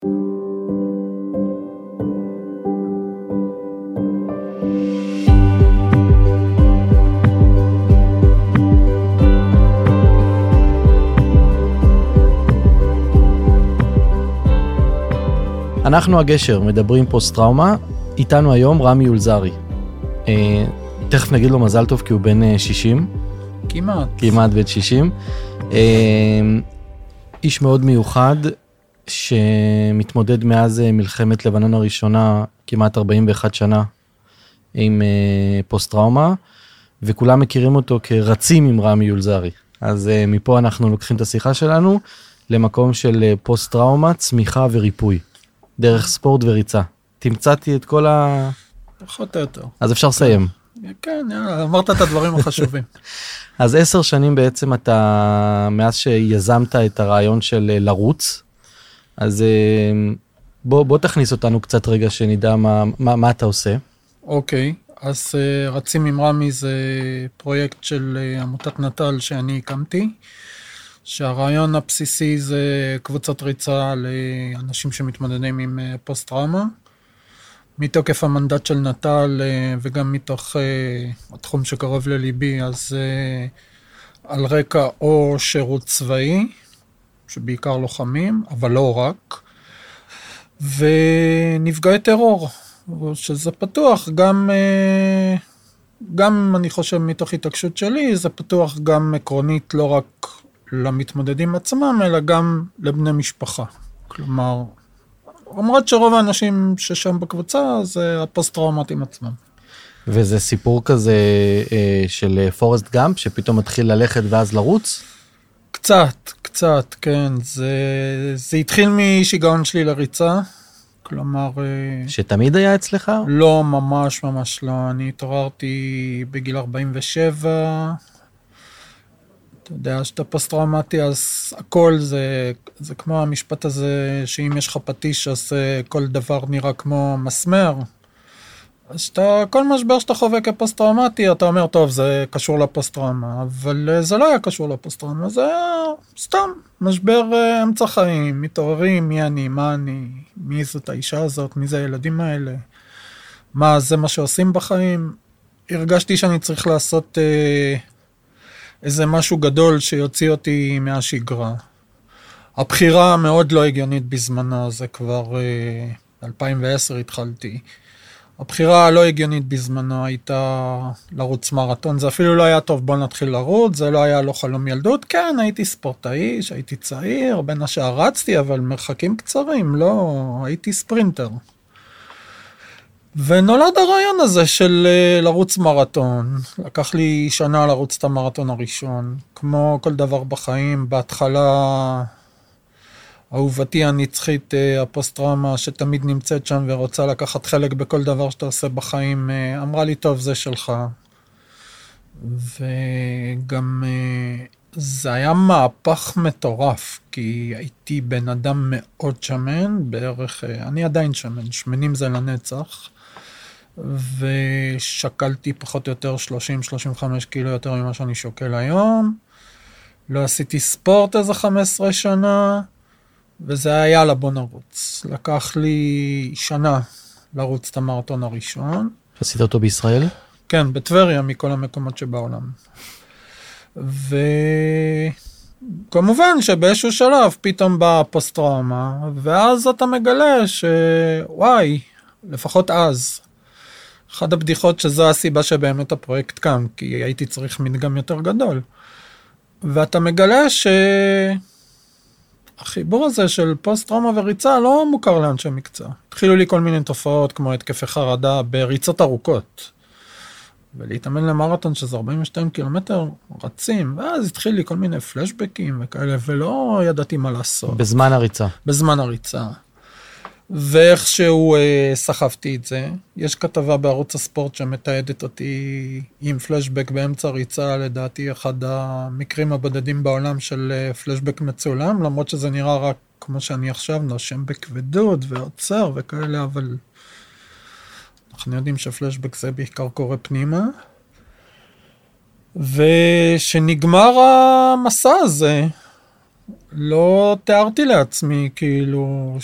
אנחנו הגשר, מדברים פוסט-טראומה, איתנו היום רמי אולזרי. תכף נגיד לו מזל טוב כי הוא בן 60. כמעט בן 60. איש מאוד מיוחד שמתמודד מאז מלחמת לבנון הראשונה, כמעט 41 שנה, עם פוסט-טראומה, וכולם מכירים אותו כרצים עם רמי אולזרי. אז מפה אנחנו לוקחים את השיחה שלנו למקום של פוסט-טראומה, צמיחה וריפוי. דרך ספורט וריצה. תמצאתי את כל פחות או יותר. אז אפשר לסיים. כן, אמרת את הדברים החשובים. אז 10 שנים בעצם אתה, מאז שיזמת את הרעיון של לרוץ, אז בוא תכניס אותנו קצת רגע שנדע מה אתה עושה. אוקיי, אז רצים עם רמי זה פרויקט של עמותת נטל שאני הקמתי, שהרעיון הבסיסי זה קבוצת ריצה לאנשים שמתמודדים עם פוסט-טראומה, מתוקף המנדט של נטל וגם מתוך התחום שקרוב לליבי, אז על רקע או שירות צבאי, שבעיקר לוחמים, אבל לא רק, ונפגעי טרור, שזה פתוח גם אני חושב מתוך התעקשות שלי, זה פתוח גם עקרונית לא רק למתמודדים עצמם, אלא גם לבני משפחה. כלומר, למרות שרוב האנשים ששם בקבוצה, זה הפוסט-טראומטים עצמם. וזה סיפור כזה של פורסט גאמפ, שפתאום מתחיל ללכת ואז לרוץ? קצת, כן. זה התחיל משיגעון שלי לריצה, כלומר... שתמיד היה אצלך? לא, ממש לא. אני התעוררתי בגיל 47, אתה יודע, שאתה פוסט-טראומטי, אז הכל זה כמו המשפט הזה, שאם יש לך פטיש, אז כל דבר נראה כמו מסמר. אז כל משבר שאתה חווה כפוסט-טראומטי, אתה אומר, טוב, זה קשור לפוסט-טראומה, אבל זה לא היה קשור לפוסט-טראומה, זה היה סתם משבר אמצע חיים, מתעוררים, מי אני, מה אני, מי זאת האישה הזאת, מי זה הילדים האלה, מה זה מה שעושים בחיים. הרגשתי שאני צריך לעשות... איזה משהו גדול שיוציא אותי מהשגרה. הבחירה מאוד לא הגיונית בזמנו, זה כבר 2010 התחלתי. הבחירה הלא הגיונית בזמנו הייתה לרוץ מרתון, זה אפילו לא היה טוב, בוא נתחיל לרוץ, זה לא היה לא חלום ילדות, כן, הייתי ספורטאי, שהייתי צעיר, בין השאר רצתי, אבל מרחקים קצרים, לא, הייתי ספרינטר. ונולד הרעיון הזה של לרוץ מרתון. לקח לי שנה לרוץ את המרתון הראשון. כמו כל דבר בחיים, בהתחלה אהובתי הנצחית, הפוסט-טראומה שתמיד נמצאת שם ורוצה לקחת חלק בכל דבר שאתה עושה בחיים, אמרה לי, טוב, זה שלך. וגם זה היה מהפך מטורף, כי הייתי בן אדם מאוד שמן, בערך, אני עדיין שמן, שמנים זה לנצח. ושקלתי פחות או יותר 30-35 קילו יותר ממה שאני שוקל היום. לא עשיתי ספורט איזה 15 שנה, וזה היה, יאללה, בוא נרוץ. לקח לי שנה לרוץ את המרתון הראשון. עשית אותו בישראל? כן, בטבריה, מכל המקומות שבעולם. וכמובן שבאיזשהו שלב פתאום באה פוסט-טראומה, ואז אתה מגלה שוואי, לפחות אז, אחת הבדיחות שזו הסיבה שבאמת הפרויקט קם, כי הייתי צריך מדגם יותר גדול. ואתה מגלה שהחיבור הזה של פוסט-טראומה וריצה לא מוכר לאנשי מקצוע. התחילו לי כל מיני תופעות כמו התקפי חרדה בריצות ארוכות. ולהתאמן למרתון שזה 42 קילומטר רצים, ואז התחיל לי כל מיני פלשבקים וכאלה, ולא ידעתי מה לעשות. בזמן הריצה. בזמן הריצה. ואיכשהו סחבתי את זה. יש כתבה בערוץ הספורט שמתעדת אותי עם פלשבק באמצע ריצה, לדעתי אחד המקרים הבודדים בעולם של פלשבק מצולם, למרות שזה נראה רק כמו שאני עכשיו, נושם בכבדות ועוצר וכאלה, אבל אנחנו יודעים שפלשבק זה בעיקר קורה פנימה. ושנגמר המסע הזה, לא תיארתי לעצמי, כאילו,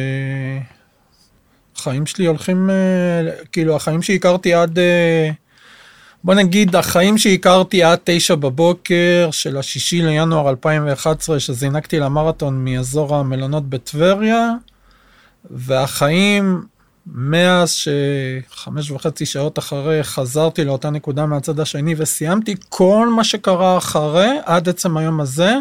החיים שלי הולכים, כאילו, החיים שהכרתי עד, בוא נגיד, החיים שהכרתי עד 9 בבוקר של ה6 לינואר 2011, שזינקתי למרתון מאזור המלונות בטבריה, והחיים מאז ש5.5 שעות אחרי חזרתי לאותה נקודה מהצד השני, וסיימתי כל מה שקרה אחרי, עד עצם היום הזה,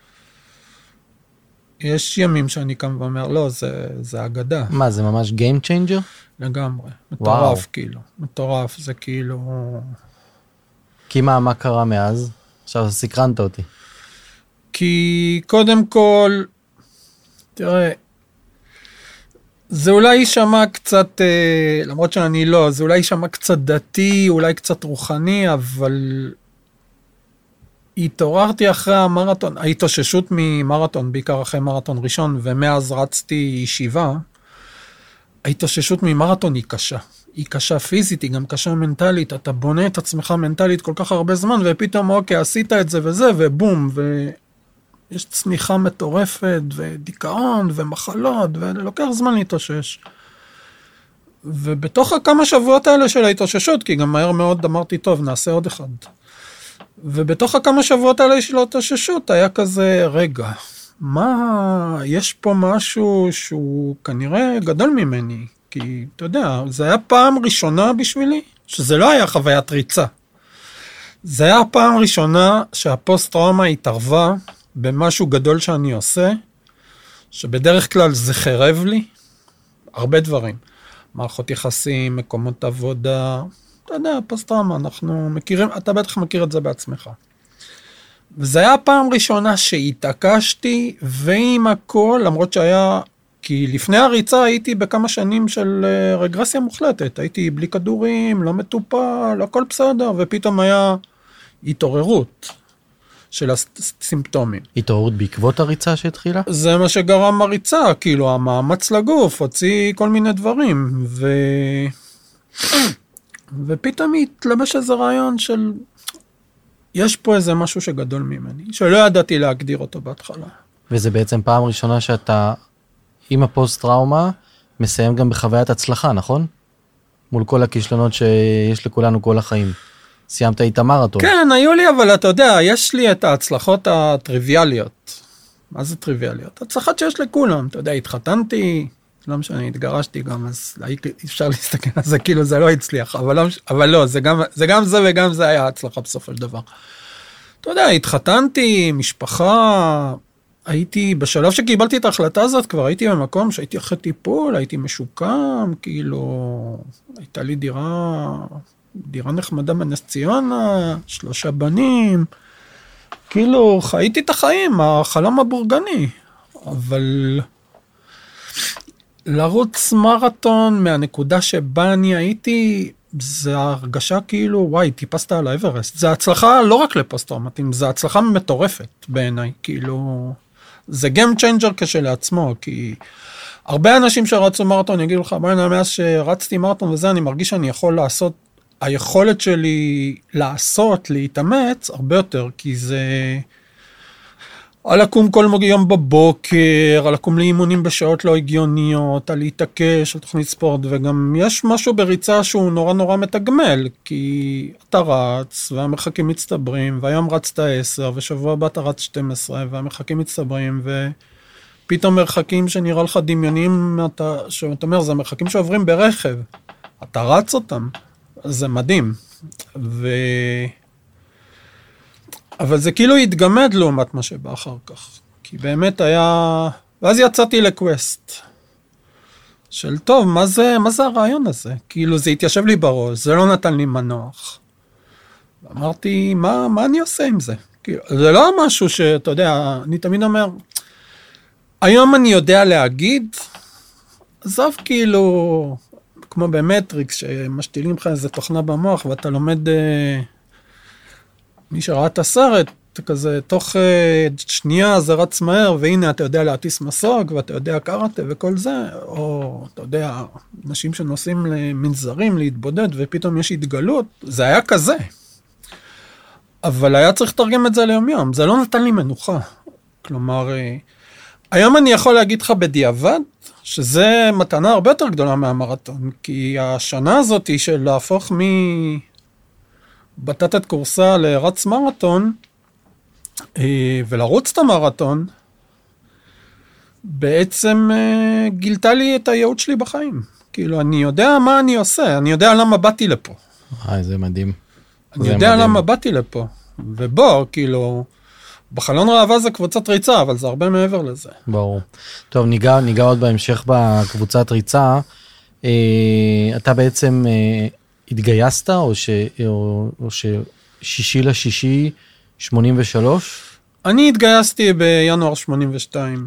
יש ימים שאני קם ואומר, לא, זה אגדה. מה, זה ממש Game Changer? לגמרי. מטורף, כאילו. מטורף, זה כאילו... כי מה קרה מאז? עכשיו סקרנת אותי. כי קודם כל, תראה, זה אולי יישמע קצת, למרות שאני לא, זה אולי יישמע קצת דתי, אולי קצת רוחני, אבל התעוררתי אחרי המרתון, ההתאוששות ממרתון, בעיקר אחרי מרתון ראשון, ומאז רצתי ישיבה, ההתאוששות ממרתון היא קשה. היא קשה פיזית, היא גם קשה מנטלית, אתה בונה את עצמך מנטלית כל כך הרבה זמן, ופתאום, אוקיי, עשית את זה וזה, ובום, ויש צניחה מטורפת, ודיכאון, ומחלות, ולוקח זמן להתאושש. ובתוך הכמה שבועות האלה של ההתאוששות, כי גם מהר מאוד אמרתי, טוב, נעשה עוד אחד. ובתוך הכמה שבועות האלה של ההתאוששות, היה כזה, רגע, מה, יש פה משהו שהוא כנראה גדול ממני, כי אתה יודע, זה היה פעם ראשונה בשבילי, שזה לא היה חוויית ריצה. זה היה פעם ראשונה שהפוסט-טראומה התערבה במשהו גדול שאני עושה, שבדרך כלל זה חרב לי, הרבה דברים. מערכות יחסים, מקומות עבודה, אתה יודע, פוסט-טראומה, אנחנו מכירים, אתה בטח מכיר את זה בעצמך. וזה היה פעם ראשונה שהתעקשתי, ועם הכל, למרות שהיה, כי לפני הריצה הייתי בכמה שנים של רגרסיה מוחלטת, הייתי בלי כדורים, לא מטופל, הכל בסדר, ופתאום היה התעוררות של הסימפטומים. התעוררות בעקבות הריצה שהתחילה? זה מה שגרם הריצה, כאילו המאמץ לגוף, הוציא כל מיני דברים, ופתאום התלבש איזה רעיון של, יש פה איזה משהו שגדול ממני, שלא ידעתי להגדיר אותו בהתחלה. וזה בעצם פעם ראשונה שאתה, עם הפוסט-טראומה, מסיים גם בחוויית הצלחה, נכון? מול כל הכישלונות שיש לכולנו כל החיים. סיימת איתה מרתון. כן, היו לי, אבל אתה יודע, יש לי את ההצלחות הטריוויאליות. מה זה טריוויאליות? הצלחות שיש לכולם. אתה יודע, התחתנתי, לא משנה, התגרשתי גם, אז אפשר להסתכל על זה, כאילו זה לא הצליח, אבל לא, זה גם זה וגם זה היה הצלחה בסופו של דבר. אתה יודע, התחתנתי, משפחה, הייתי, בשלב שקיבלתי את ההחלטה הזאת, כבר הייתי במקום שהייתי אחרי טיפול, הייתי משוקם, כאילו, הייתה לי דירה נחמדה בנס ציונה, 3 בנים, כאילו, חייתי את החיים, החלום הבורגני, אבל לרוץ מרתון מהנקודה שבה אני הייתי, זה הרגשה כאילו, וואי, טיפסת על האברסט. זה הצלחה לא רק לפוסט-טראומטיים, זה הצלחה מטורפת בעיניי, כאילו, זה game changer כשלעצמו, כי הרבה אנשים שרצו מרתון יגידו לך, בואי, מאז שרצתי מרתון וזה, אני מרגיש שאני יכול לעשות, היכולת שלי לעשות, להתאמץ, הרבה יותר, כי זה על לקום כל יום בבוקר, על לקום לאימונים בשעות לא הגיוניות, על להתעקש, על תוכנית ספורט, וגם יש משהו בריצה שהוא נורא נורא מתגמל, כי אתה רץ, והמרחקים מצטברים, והיום רצת 10, ושבוע הבא אתה רץ 12, והמרחקים מצטברים, ופתאום מרחקים שנראה לך דמיונים, שאתה אומר, זה מרחקים שעוברים ברכב, אתה רץ אותם, זה מדהים, אבל זה כאילו התגמד לעומת מה שבא אחר כך. כי באמת היה, ואז יצאתי לקווסט. של טוב, מה זה הרעיון הזה? כאילו זה התיישב לי בראש, זה לא נתן לי מנוח. אמרתי, מה אני עושה עם זה? כאילו, זה לא משהו שאתה יודע, אני תמיד אומר, היום אני יודע להגיד, עזוב כאילו, כמו במטריקס, שמשתילים לך איזה תוכנה במוח, ואתה לומד, מי שראה את הסרט, כזה, תוך שנייה זה רץ מהר, והנה אתה יודע להטיס מסוק, ואתה יודע קראטה וכל זה, או אתה יודע, אנשים שנוסעים למנזרים, להתבודד, ופתאום יש התגלות, זה היה כזה. אבל היה צריך לתרגם את זה ליום יום, זה לא נתן לי מנוחה. כלומר, היום אני יכול להגיד לך בדיעבד, שזה מתנה הרבה יותר גדולה מהמרתון, כי השנה הזאת של להפוך מבטטת קורסה לרץ מרתון, ולרוץ את המרתון, בעצם גילתה לי את הייעוד שלי בחיים. כאילו, אני יודע מה אני עושה, אני יודע למה באתי לפה. זה מדהים. אני יודע למה באתי לפה. ובוא, כאילו, בחלון ראווה זה קבוצת ריצה, אבל זה הרבה מעבר לזה. ברור. טוב, ניגע עוד בהמשך בקבוצת ריצה. אתה בעצם התגייסת, או שישי לשישי 83? אני התגייסתי בינואר 82.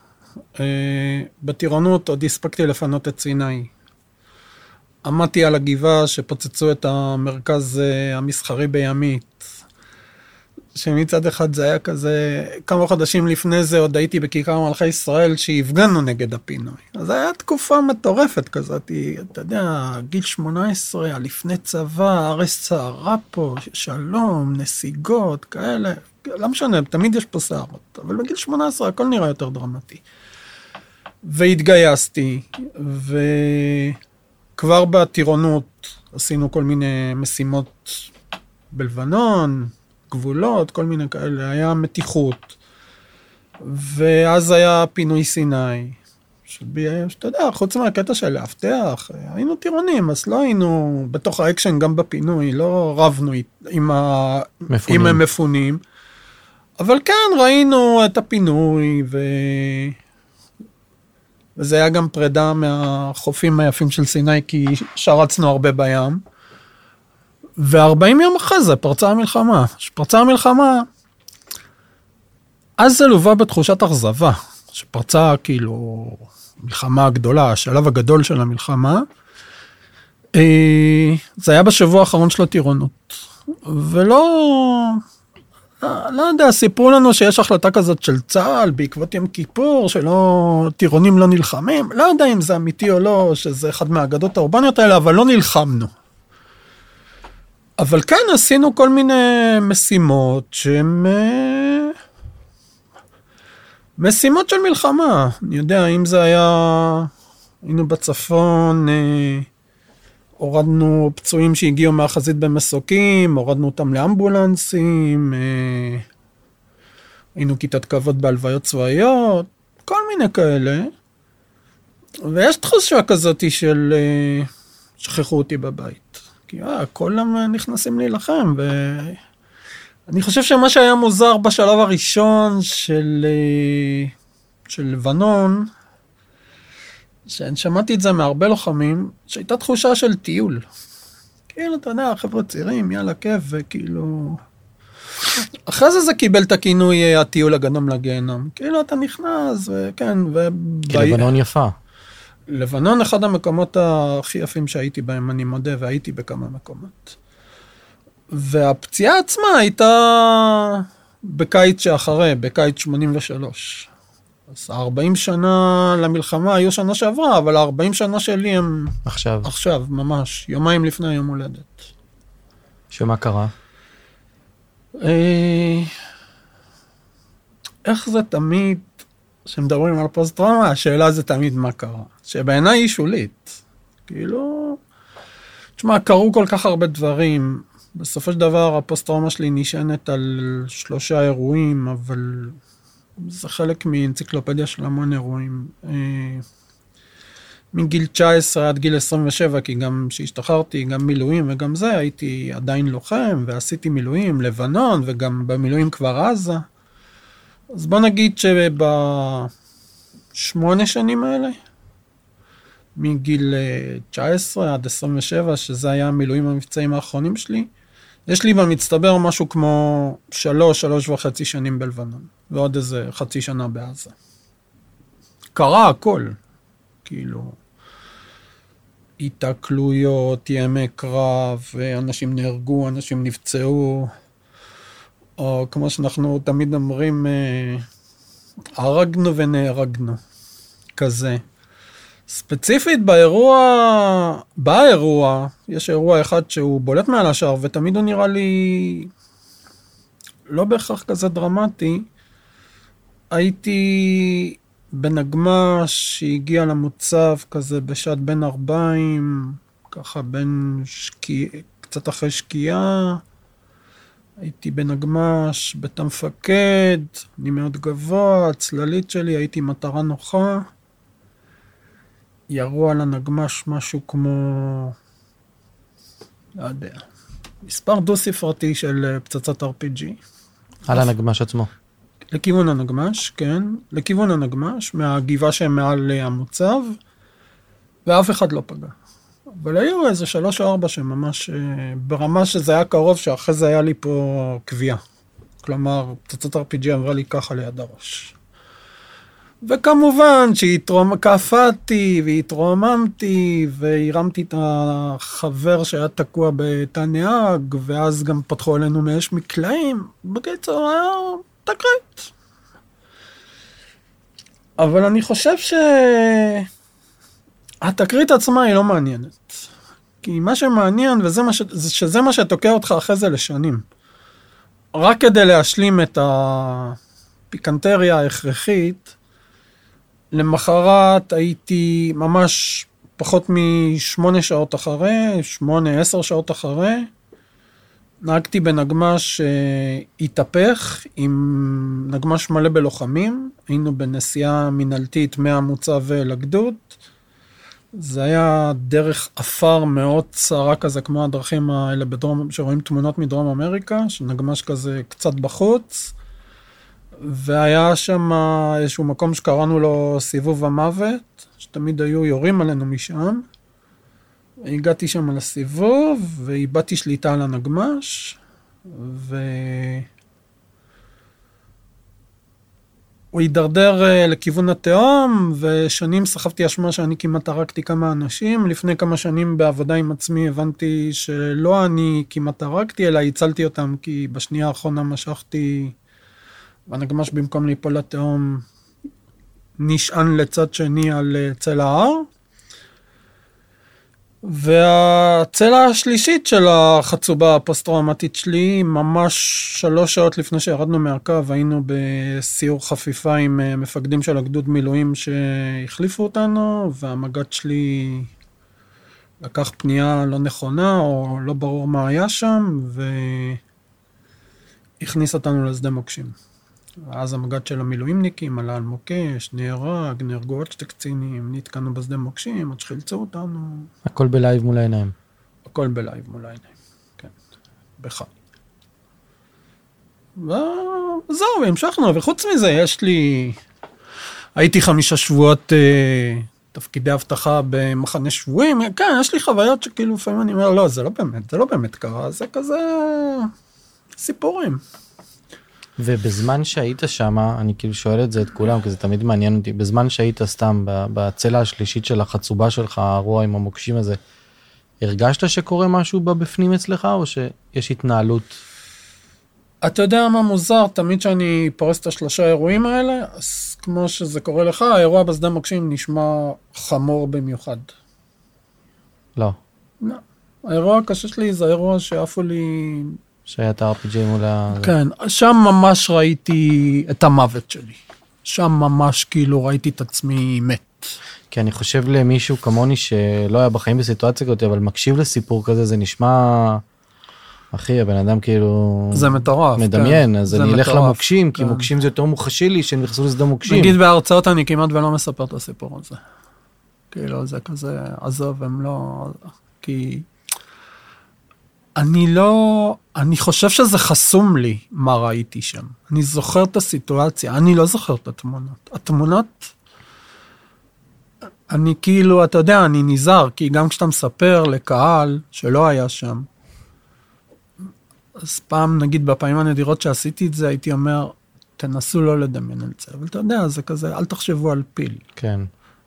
בטירונות עוד הספקתי לפנות את סיני. עמדתי על הגבעה שפוצצו את המרכז המסחרי בימית. שמצד אחד זה היה כזה, כמה חודשים לפני זה עוד הייתי בכיכר מלכי ישראל שהפגנו נגד הפינוי. אז היה תקופה מטורפת כזאת, אתה יודע, גיל 18, לפני צבא, ארץ צערה פה, שלום, נסיגות, כאלה. לא משנה, תמיד יש פה סערות, אבל בגיל 18 הכל נראה יותר דרמטי. והתגייסתי, וכבר בטירונות עשינו כל מיני משימות בלבנון, גבולות, כל מיני כאלה, היה מתיחות, ואז היה פינוי סיני, שאתה יודע, חוץ מהקטע של להבטח, היינו טירונים, אז לא היינו בתוך האקשן גם בפינוי, לא רבנו עם המפונים, אבל כן, ראינו את הפינוי, וזה היה גם פרידה מהחופים היפים של סיני, כי שרצנו הרבה בים, ו40 יום אחרי זה פרצה המלחמה. שפרצה המלחמה, אז זה לובה בתחושת אכזבה, שפרצה כאילו מלחמה גדולה, השלב הגדול של המלחמה. זה היה בשבוע האחרון של הטירונות. לא יודע, סיפרו לנו שיש החלטה כזאת של צה"ל, בעקבות יום כיפור, טירונים לא נלחמים. לא יודע אם זה אמיתי או לא, שזה אחד מהאגדות האורבניות האלה, אבל לא נלחמנו. אבל כן, עשינו כל מיני משימות שהן משימות של מלחמה. אני יודע, אם זה היה, היינו בצפון, הורדנו פצועים שהגיעו מהחזית במסוקים, הורדנו אותם לאמבולנסים, היינו כיתת כבוד בהלוויות צבאיות, כל מיני כאלה. ויש תחושה כזאת של שכחו אותי בבית. כי כולם נכנסים להילחם, ואני חושב שמה שהיה מוזר בשלב הראשון של לבנון, שאני שמעתי את זה מהרבה לוחמים, שהייתה תחושה של טיול. כאילו, אתה יודע, חבר'ה צעירים, יאללה כיף, וכאילו... אחרי זה קיבל את הכינוי הטיול הגנום לגיהנום. כאילו, אתה נכנס, וכן, כי לבנון יפה. לבנון אחד המקומות הכי יפים שהייתי בהם, אני מודה, והייתי בכמה מקומות. והפציעה עצמה הייתה בקיץ שאחרי, בקיץ 83. אז 40 שנה למלחמה היו שנה שעברה, אבל 40 שנה שלי הם... עכשיו, ממש, יומיים לפני יום הולדת. שמה קרה? איך זה תמיד... כשמדברים על פוסט-טראומה, השאלה זה תמיד מה קרה. שבעיניי היא שולית. כאילו, תשמע, קרו כל כך הרבה דברים. בסופו של דבר, הפוסט-טראומה שלי נשענת על 3 אירועים, אבל זה חלק מאנציקלופדיה של המון אירועים. מגיל 19 עד גיל 27, כי גם שהשתחררתי, גם מילואים וגם זה, הייתי עדיין לוחם, ועשיתי מילואים, לבנון, וגם במילואים כבר עזה. אז בוא נגיד שב8 שנים האלה, מגיל 19 עד 27, שזה היה המילואים המבצעים האחרונים שלי, יש לי במצטבר משהו כמו 3.5 שנים בלבנון, ועוד איזה חצי שנה בעזה. קרה הכל, כאילו, התקלויות, ימי קרב, אנשים נהרגו, אנשים נפצעו, או כמו שאנחנו תמיד אומרים, הרגנו ונהרגנו, כזה. ספציפית באירוע, יש אירוע אחד שהוא בולט מעל השאר, ותמיד הוא נראה לי לא בהכרח כזה דרמטי, הייתי בנגמש שהגיע למוצב כזה בשעת בין 40, ככה קצת אחרי שקיעה. הייתי בנגמש, בית המפקד, אני מאוד גבוה, הצללית שלי, הייתי מטרה נוחה. ירו על הנגמש משהו כמו, לא יודע, מספר דו ספרתי של פצצת RPG. על הנגמש עצמו. לכיוון הנגמש, כן, לכיוון הנגמש, מהגבעה שהם מעל המוצב, ואף אחד לא פגע. אבל היו איזה 3 או 4 שממש, ברמה שזה היה קרוב, שאחרי זה היה לי פה קביעה. כלומר, פצצת RPG עברה לי ככה ליד הראש. וכמובן קפאתי והתרוממתי, והרמתי את החבר שהיה תקוע בתא נהג, ואז גם פתחו עלינו מאש מקלעים. בקיצור, היה תקרית. אבל אני חושב התקרית עצמה היא לא מעניינת. כי מה שמעניין, שזה מה שתוקע אותך אחרי זה לשנים. רק כדי להשלים את הפיקנטריה ההכרחית, למחרת הייתי ממש פחות מ8 שעות אחרי, 8-10 שעות אחרי, נהגתי בנגמש שהתהפך עם נגמש מלא בלוחמים, היינו בנסיעה מנהלתית מהמוצב לגדוד, זה היה דרך אפר מאוד צרה כזה, כמו הדרכים האלה שרואים תמונות מדרום אמריקה, שנגמש כזה קצת בחוץ, והיה שם איזשהו מקום שקראנו לו סיבוב המוות, שתמיד היו יורים עלינו משם. הגעתי שם לסיבוב, ואיבדתי שליטה על הנגמש, הוא הידרדר לכיוון התהום, ושנים סחבתי אשמה שאני כמעט הרגתי כמה אנשים. לפני כמה שנים בעבודה עם עצמי הבנתי שלא אני כמעט הרגתי, אלא הצלתי אותם, כי בשנייה האחרונה משכתי, והנגמש במקום ליפול לתהום נשען לצד שני על צל ההר. והצלע השלישית של החצובה הפוסט-טראומטית שלי, ממש 3 שעות לפני שירדנו מהקו, היינו בסיור חפיפה עם מפקדים של הגדוד מילואים שהחליפו אותנו, והמג"ד שלי לקח פנייה לא נכונה, או לא ברור מה היה שם, והכניס אותנו לשדה מוקשים. ואז המג"ד של המילואימניקים עלה על מוקש, נהרגו עוד 2 קצינים, נתקענו בשדה מוקשים, עד שחילצו אותנו. הכל בלייב מול העיניים. הכל בלייב מול העיניים, כן, בחי. וזהו, והמשכנו, וחוץ מזה הייתי 5 שבועות תפקידי הבטחה במחנה שבויים, כן, יש לי חוויות שכאילו לפעמים אני אומר, לא, זה לא באמת קרה, זה כזה סיפורים. ובזמן שהיית שם, אני כאילו שואל את זה את כולם, כי זה תמיד מעניין אותי, בזמן שהיית סתם בצלע השלישית של החצובה שלך, הרוע עם המוקשים הזה, הרגשת שקורה משהו בפנים אצלך, או שיש התנהלות? אתה יודע מה מוזר, תמיד שאני פורס את 3 האירועים האלה, אז כמו שזה קורה לך, האירוע בשדה מוקשים נשמע חמור במיוחד. לא. לא. האירוע הקשה שלי זה האירוע שעפו לי... שהיה את ה-RPG מול כן, שם ממש ראיתי את המוות שלי. שם ממש כאילו ראיתי את עצמי מת. כי אני חושב למישהו כמוני שלא היה בחיים בסיטואציה כזאת, אבל מקשיב לסיפור כזה, זה נשמע... אחי, הבן אדם כאילו... זה מטורף. מדמיין, כן. אז אני אלך למוקשים, כי מוקשים זה יותר מוחשי לי, שהם נכנסו לשדה מוקשים. נגיד בהרצאות אני כמעט ולא מספר את הסיפור הזה. כאילו זה כזה, עזוב, הם לא... כי... אני חושב שזה חסום לי מה ראיתי שם. אני זוכר את הסיטואציה, אני לא זוכר את התמונות. התמונות, אני כאילו, אתה יודע, אני נזהר, כי גם כשאתה מספר לקהל שלא היה שם, אז פעם, נגיד, בפעמים הנדירות שעשיתי את זה, הייתי אומר, תנסו לא לדמיין על זה. אבל אתה יודע, זה כזה, אל תחשבו על פיל. כן.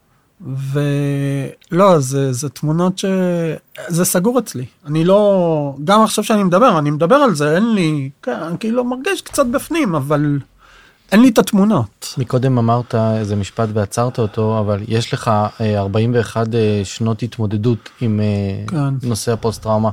ולא, זה תמונות זה סגור אצלי. אני לא, גם עכשיו שאני מדבר על זה, אין לי, כן, אני כאילו מרגיש קצת בפנים, אבל אין לי את התמונות. מקודם אמרת איזה משפט ועצרת אותו, אבל יש לך 41 שנות התמודדות עם נושא הפוסט-טראומה.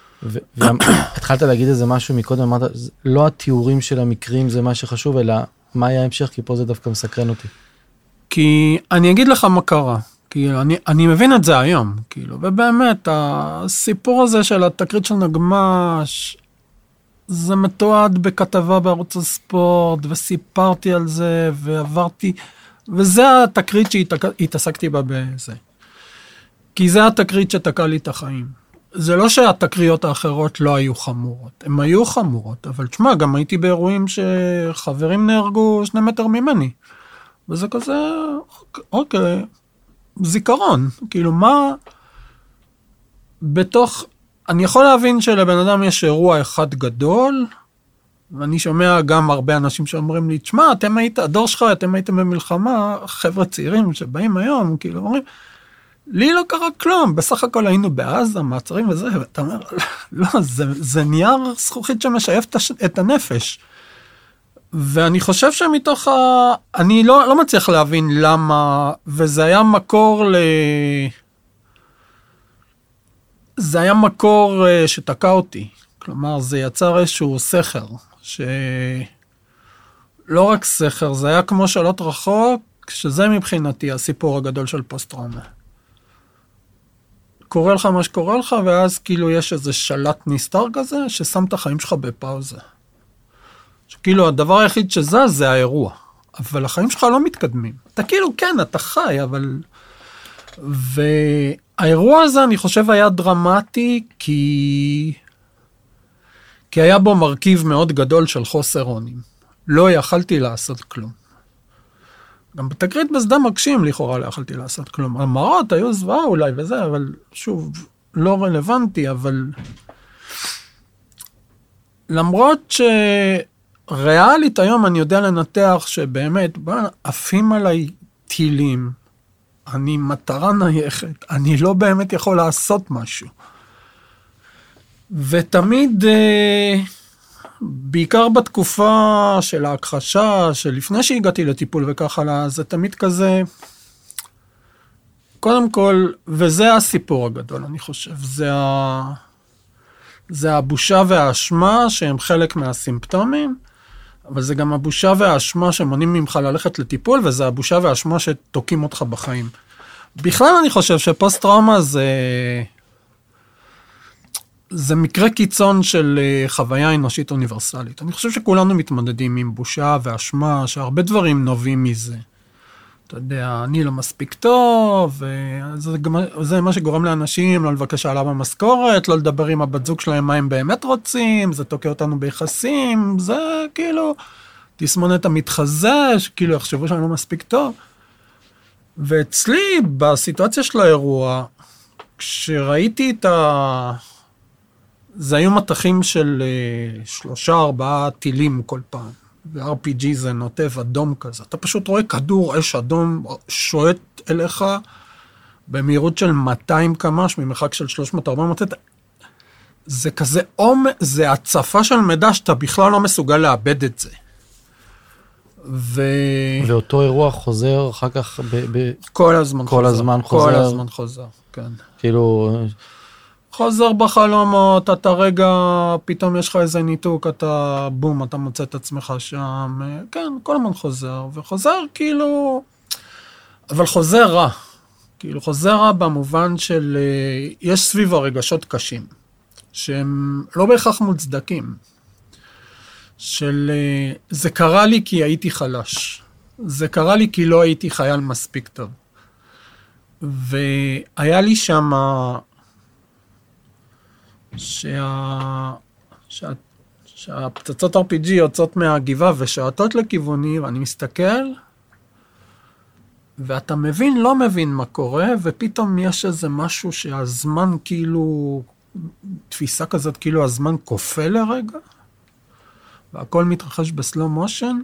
והתחלת להגיד איזה משהו מקודם, אמרת, לא התיאורים של המקרים זה מה שחשוב, אלא מה היה ההמשך? כי פה זה דווקא מסקרן אותי. כי אני אגיד לך מה קרה. כאילו, אני מבין את זה היום, כאילו, ובאמת, הסיפור הזה של התקרית של נגמש, זה מתועד בכתבה בערוץ הספורט, וסיפרתי על זה, ועברתי, וזה התקרית שהתעסקתי בה בזה. כי זה התקרית שתקע לי את החיים. זה לא שהתקריות האחרות לא היו חמורות, הן היו חמורות, אבל תשמע, גם הייתי באירועים שחברים נהרגו 2 מטר ממני, וזה כזה, אוקיי, זיכרון, כאילו מה, בתוך, אני יכול להבין שלבן אדם יש אירוע אחד גדול, ואני שומע גם הרבה אנשים שאומרים לי, תשמע, הדור שלך, אתם הייתם במלחמה, חבר'ה צעירים שבאים היום, כאילו אומרים, לי לא קרה כלום, בסך הכל היינו בעזה, מעצרים וזה, ואתה אומר, לא, זה נייר זכוכית שמשייף את הנפש. ואני חושב שמתוך אני לא מצליח להבין למה, וזה היה מקור זה היה מקור שתקע אותי. כלומר, זה יצר איזשהו סכר, לא רק סכר, זה היה כמו שאלות רחוק, שזה מבחינתי הסיפור הגדול של פוסט-טראומה. קורה לך מה שקורה לך, ואז כאילו יש איזה שלט נסתר כזה, ששם את החיים שלך בפאוזה. שכאילו הדבר היחיד שזז זה האירוע, אבל החיים שלך לא מתקדמים. אתה כאילו כן, אתה חי, אבל... והאירוע הזה אני חושב היה דרמטי, כי היה בו מרכיב מאוד גדול של חוסר אונים. לא יכלתי לעשות כלום. גם בתקרית בשדה מגשים לכאורה לא יכלתי לעשות כלום. המראות היו זוועה אולי וזה, אבל שוב, לא רלוונטי, אבל... למרות ריאלית היום אני יודע לנתח שבאמת, עפים עליי טילים, אני מטרה נייחת, אני לא באמת יכול לעשות משהו. ותמיד, בעיקר בתקופה של ההכחשה, שלפני שהגעתי לטיפול וכך הלאה, זה תמיד כזה, קודם כל, וזה הסיפור הגדול, אני חושב, זה הבושה והאשמה שהם חלק מהסימפטומים, אבל זה גם הבושה והאשמה שמונעים ממך ללכת לטיפול, וזה הבושה והאשמה שתוקים אותך בחיים. בכלל אני חושב שפוסט-טראומה זה מקרה קיצון של חוויה אנושית אוניברסלית. אני חושב שכולנו מתמודדים עם בושה ואשמה, שהרבה דברים נובעים מזה. אתה יודע, אני לא מספיק טוב, וזה מה שגורם לאנשים לא לבקש העלאה במשכורת, לא לדבר עם הבת זוג שלהם מה הם באמת רוצים, זה תוקע אותנו ביחסים, זה כאילו תסמונת המתחזה, שכאילו יחשבו שאני לא מספיק טוב. ואצלי, בסיטואציה של האירוע, כשראיתי זה היו מתחים של 3-4 טילים כל פעם. ו-RPG זה נוטב אדום כזה. אתה פשוט רואה כדור אש אדום שועט אליך במהירות של 200 קמ"ש, ממרחק של 300-400. זה כזה זה הצפה של מידע שאתה בכלל לא מסוגל לאבד את זה. ואותו אירוע חוזר אחר כך כל הזמן כל הזמן חוזר. כל הזמן חוזר, כן. כאילו... חוזר בחלומות, אתה רגע, פתאום יש לך איזה ניתוק, אתה בום, אתה מוצא את עצמך שם, כן, כל הזמן חוזר, וחוזר כאילו, אבל חוזר רע, כאילו חוזר רע במובן של, יש סביב הרגשות קשים, שהם לא בהכרח מוצדקים, של, זה קרה לי כי הייתי חלש, זה קרה לי כי לא הייתי חייל מספיק טוב, והיה לי שם, שהפצצות RPG יוצאות מהגבעה ושעטות לכיווני, ואני מסתכל, ואתה מבין, לא מבין מה קורה, ופתאום יש איזה משהו שהזמן כאילו, תפיסה כזאת כאילו הזמן כופה לרגע, והכל מתרחש בסלו מושן,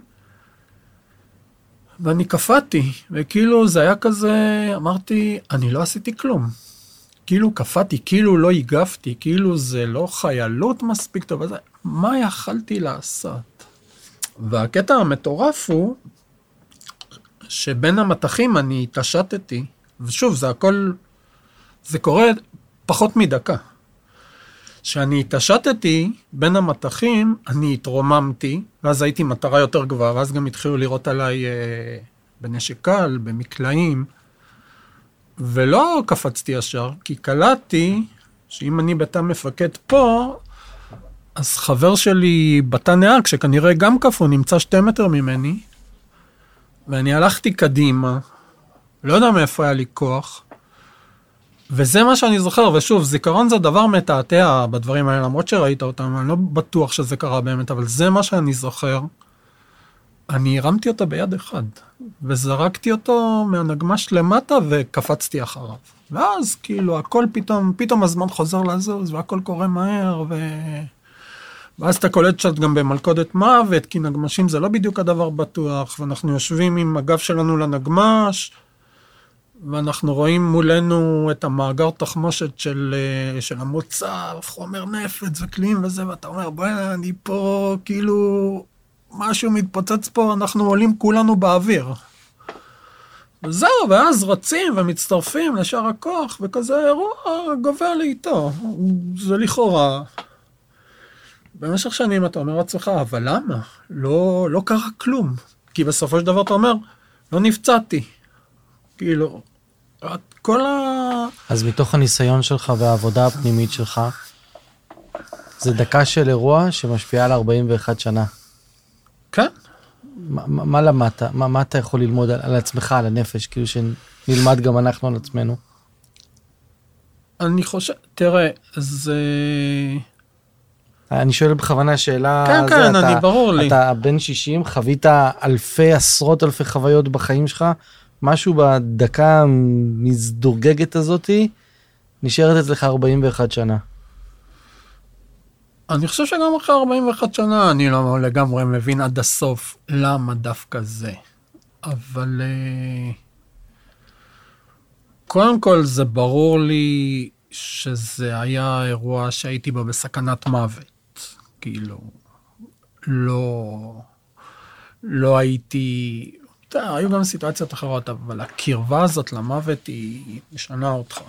ואני קפאתי, וכאילו זה היה כזה, אמרתי, אני לא עשיתי כלום. כאילו קפאתי, כאילו לא הגפתי, כאילו זה לא חיילות מספיק טוב, אז מה יכלתי לעשות? והקטע המטורף הוא, שבין המתחים אני התעשתתי, ושוב, זה הכל, זה קורה פחות מדקה. כשאני התעשתתי בין המתחים, אני התרוממתי, ואז הייתי מטרה יותר גבוהה, ואז גם התחילו לראות עליי בנשק קל, במקלעים, ולא קפצתי ישר, כי קלטתי שאם אני בתא מפקד פה, אז חבר שלי בתא נהג, שכנראה גם קפו, נמצא 2 מטר ממני, ואני הלכתי קדימה, לא יודע מאיפה היה לי כוח, וזה מה שאני זוכר, ושוב, זיכרון זה דבר מתעתע בדברים האלה, למרות שראית אותם, אני לא בטוח שזה קרה באמת, אבל זה מה שאני זוכר. אני הרמתי אותו ביד אחד, וזרקתי אותו מהנגמש למטה, וקפצתי אחריו. ואז כאילו הכל פתאום הזמן חוזר לזוז, והכל קורה מהר, ואז אתה קולט שאת גם במלכודת מוות, כי נגמשים זה לא בדיוק הדבר בטוח, ואנחנו יושבים עם הגב שלנו לנגמש, ואנחנו רואים מולנו את המאגר תחמושת של המוצר, חומר נפץ וכלים וזה, ואתה אומר, בואי, אני פה, כאילו, משהו מתפוצץ פה, אנחנו עולים כולנו באוויר. וזהו, ואז רצים ומצטרפים לשאר הכוח, וכזה אירוע גובר לאיתו. זה לכאורה. במשך שנים אתה אומר לעצמך, אבל למה? לא קרה כלום. כי בסופו של דבר אתה אומר, לא נפצעתי. כאילו, כל אז מתוך הניסיון שלך והעבודה הפנימית שלך, זה דקה של אירוע שמשפיעה על 41 שנה. כן. מה למדת? מה אתה יכול ללמוד על עצמך, על הנפש, כאילו שנלמד גם אנחנו על עצמנו? אני חושב, תראה, אני שואל בכוונה שאלה... כן, אני ברור לי. אתה בן 60, חווית עשרות אלפי חוויות בחיים שלך, משהו בדקה המזדורגגת הזאת, נשארת אצלך 41 שנה. אני חושב שגם אחרי 41 שנה, אני לא לגמרי מבין עד הסוף למה דווקא זה. אבל קודם כל זה ברור לי שזה היה אירוע שהייתי בו בסכנת מוות. כאילו, לא הייתי... היו גם סיטואציות אחרות, אבל הקרבה הזאת למוות היא משנה אותך.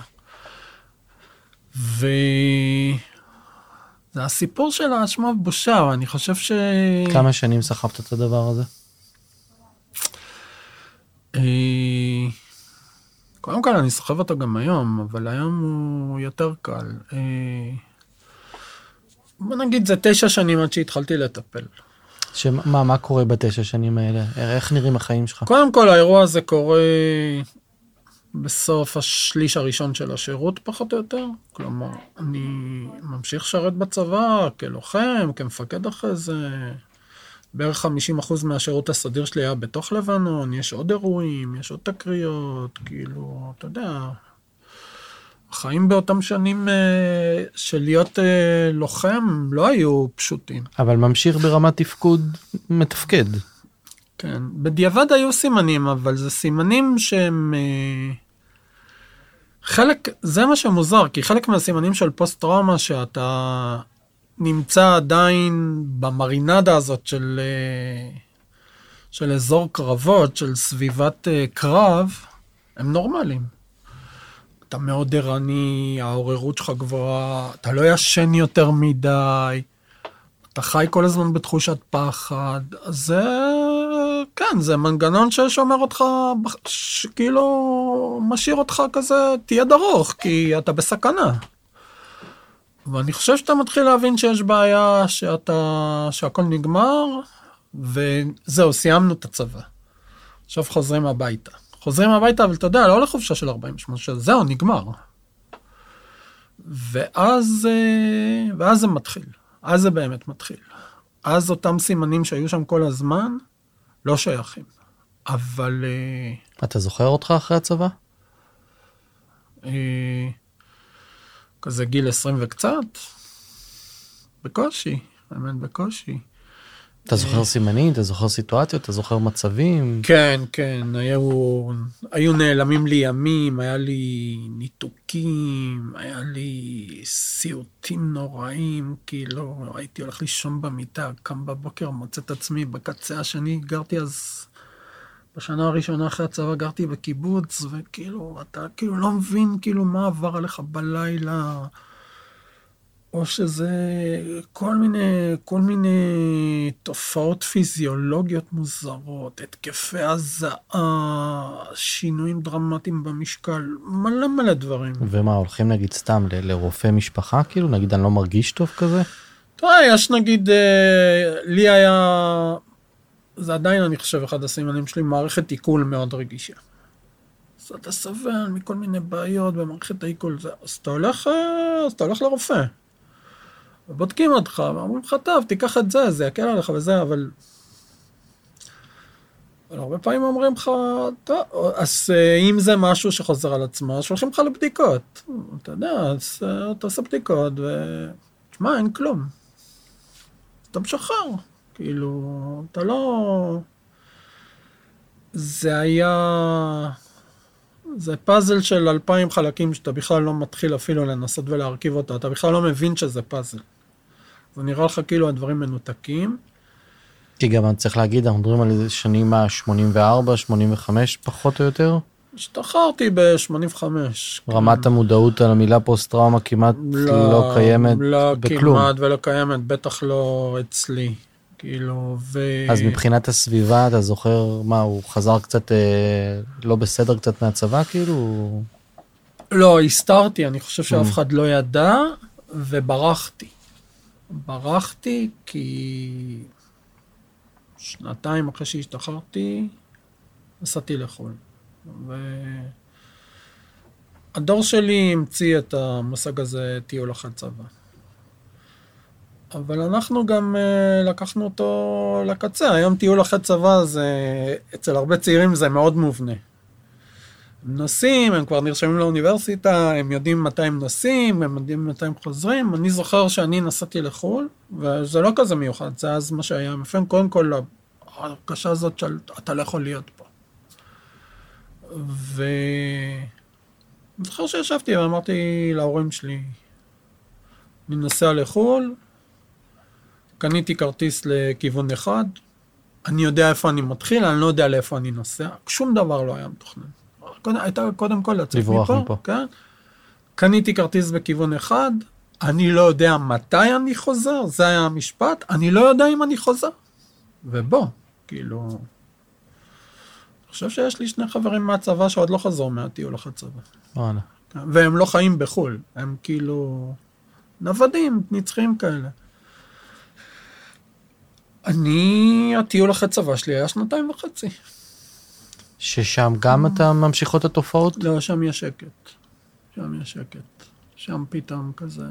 זה הסיפור של האשמה ובושה, ואני חושב כמה שנים סחבת את הדבר הזה? קודם כל אני סוחב אותו גם היום, אבל היום הוא יותר קל. בוא נגיד, זה 9 שנים עד שהתחלתי לטפל. מה קורה ב9 שנים האלה? איך נראים החיים שלך? קודם כל, האירוע הזה קורה בסוף השליש הראשון של השירות, פחות או יותר. כלומר, אני ממשיך לשרת בצבא, כלוחם, כמפקד אחרי זה. בערך 50% מהשירות הסדיר שלי היה בתוך לבנון, יש עוד אירועים, יש עוד תקריות, כאילו, אתה יודע, החיים באותם שנים של להיות לוחם לא היו פשוטים. אבל ממשיך ברמת תפקוד מתפקד. כן, בדיעבד היו סימנים, אבל זה סימנים שהם... זה מה שמוזר, כי חלק מהסימנים של פוסט-טראומה שאתה נמצא עדיין במרינדה הזאת של אזור קרבות, של סביבת קרב, הם נורמליים. אתה מאוד ערני, העוררות שלך גבוהה, אתה לא ישן יותר מדי, אתה חי כל הזמן בתחושת פחד, אז זה, כן, זה מנגנון ששומר אותך, כאילו משאיר אותך כזה, תהיה דרוך, כי אתה בסכנה. ואני חושב שאתה מתחיל להבין שיש בעיה, שהכל נגמר, וזהו, סיימנו את הצבא. עכשיו חוזרים הביתה. אבל אתה יודע, לא לחופשה של 48 שעות, זהו, נגמר. ואז זה מתחיל. אז זה באמת מתחיל. אז אותם סימנים שהיו שם כל הזמן, לא שייכים. אבל... אתה זוכר אותך אחרי הצבא? כזה גיל 20 וקצת. בקושי. האמת, בקושי. אתה זוכר סימנים? אתה זוכר סיטואציות? אתה זוכר מצבים? כן. היו נעלמים לי ימים, היה לי ניתוקים, היה לי סיוטים נוראים, כאילו הייתי הולך לישון במיטה, קם בבוקר, מוצא את עצמי בקצה השני, גרתי אז, בשנה הראשונה אחרי הצבא גרתי בקיבוץ, וכאילו, אתה כאילו לא מבין כאילו מה עבר עליך בלילה, או שזה כל מיני תופעות פיזיולוגיות מוזרות, התקפי הזעה, שינויים דרמטיים במשקל, מלא מלא דברים. ומה, הולכים נגיד סתם לרופא משפחה, כאילו? נגיד אני לא מרגיש טוב כזה? תראה, יש נגיד, לי היה, זה עדיין אני חושב אחד הסימנים שלי, מערכת עיכול מאוד רגישה. אז אתה סבל מכל מיני בעיות במערכת העיכול, אז אתה הולך לרופא. ובודקים אותך, ואומרים לך, טוב, תיקח את זה, זה יקל עליך וזה, אבל הרבה פעמים אומרים לך, טוב, אז אם זה משהו שחוזר על עצמו, שולחים לך לבדיקות. אתה יודע, אז אתה עושה בדיקות, ותשמע, אין כלום. אתה משחרר, כאילו, אתה לא... זה פאזל של 2,000 חלקים שאתה בכלל לא מתחיל אפילו לנסות ולהרכיב אותה, אתה בכלל לא מבין שזה פאזל. זה נראה לך כאילו הדברים מנותקים. כי גם אני צריך להגיד, אנחנו מדברים על איזה שנים 84, 85 פחות או יותר. השתחררתי ב-85. רמת המודעות על המילה פוסט-טראומה כמעט לא קיימת בכלום. לא כמעט ולא קיימת, בטח לא אצלי. כאילו, אז מבחינת הסביבה, אתה זוכר מה, הוא חזר קצת לא בסדר קצת מהצבא, כאילו? לא, הסתרתי, אני חושב שאף אחד לא ידע, וברחתי. ברחתי כי 2 אחרי שהשתחררתי, נסעתי לחו"ל. והדור שלי המציא את המושג הזה, טיול אחרי צבא. אבל אנחנו גם לקחנו אותו לקצה. היום טיול אחרי צבא, אצל הרבה צעירים זה מאוד מובנה. הם נוסעים, הם כבר נרשמים לאוניברסיטה, הם יודעים מתי הם נוסעים, הם יודעים מתי הם חוזרים. אני זוכר שאני נסעתי לחו"ל, וזה לא כזה מיוחד, זה אז מה שהיה. לפעמים קודם כל, ההרגשה הזאת של אתה לא יכול להיות פה. אני זוכר שישבתי ואמרתי להורים שלי, אני נוסע לחו"ל, קניתי כרטיס לכיוון אחד, אני יודע איפה אני מתחיל, אני לא יודע לאיפה אני נוסע, שום דבר לא היה מתוכנן. הייתה קודם כל לצאת מפה, כן? קניתי כרטיס בכיוון אחד, אני לא יודע מתי אני חוזר, זה היה המשפט, אני לא יודע אם אני חוזר. ובוא, כאילו, אני חושב שיש לי 2 חברים מהצבא שעוד לא חזרו מהטיול אחרי צבא. והם לא חיים בחול, הם כאילו נוודים, נצחים כאלה. הטיול אחרי צבא שלי היה 2.5 שנים. ששם גם אתה ממשיכות התופעות? לא, שם יש שקט. שם יש שקט. שם פתאום כזה...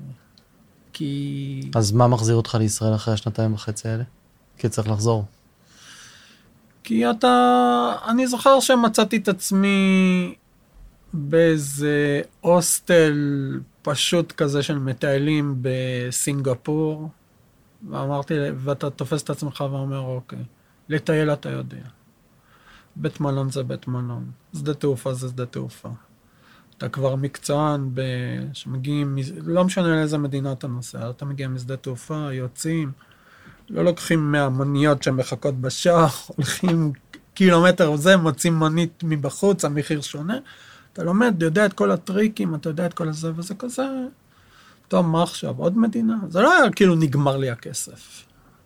כי... אז מה מחזיר אותך לישראל אחרי 2.5 האלה? כי צריך לחזור. כי אני זוכר שמצאתי את עצמי באיזה הוסטל פשוט כזה של מטיילים בסינגפור, ואתה תופס את עצמך ואומר, אוקיי, לטייל אתה יודע. בית מלון זה בית מלון, שדה תעופה זה שדה תעופה. אתה כבר מקצוען שמגיעים, לא משנה לאיזה מדינה אתה נוסע, אתה מגיע משדה תעופה, יוצאים, לא לוקחים מהמוניות שמחכות בשער, הולכים קילומטר וזה, מוצאים מונית מבחוץ, המחיר שונה. אתה לומד, יודע את כל הטריקים, אתה יודע את כל הזה, וזה כזה, טוב, מה עכשיו, עוד מדינה? זה לא היה כאילו נגמר לי הכסף.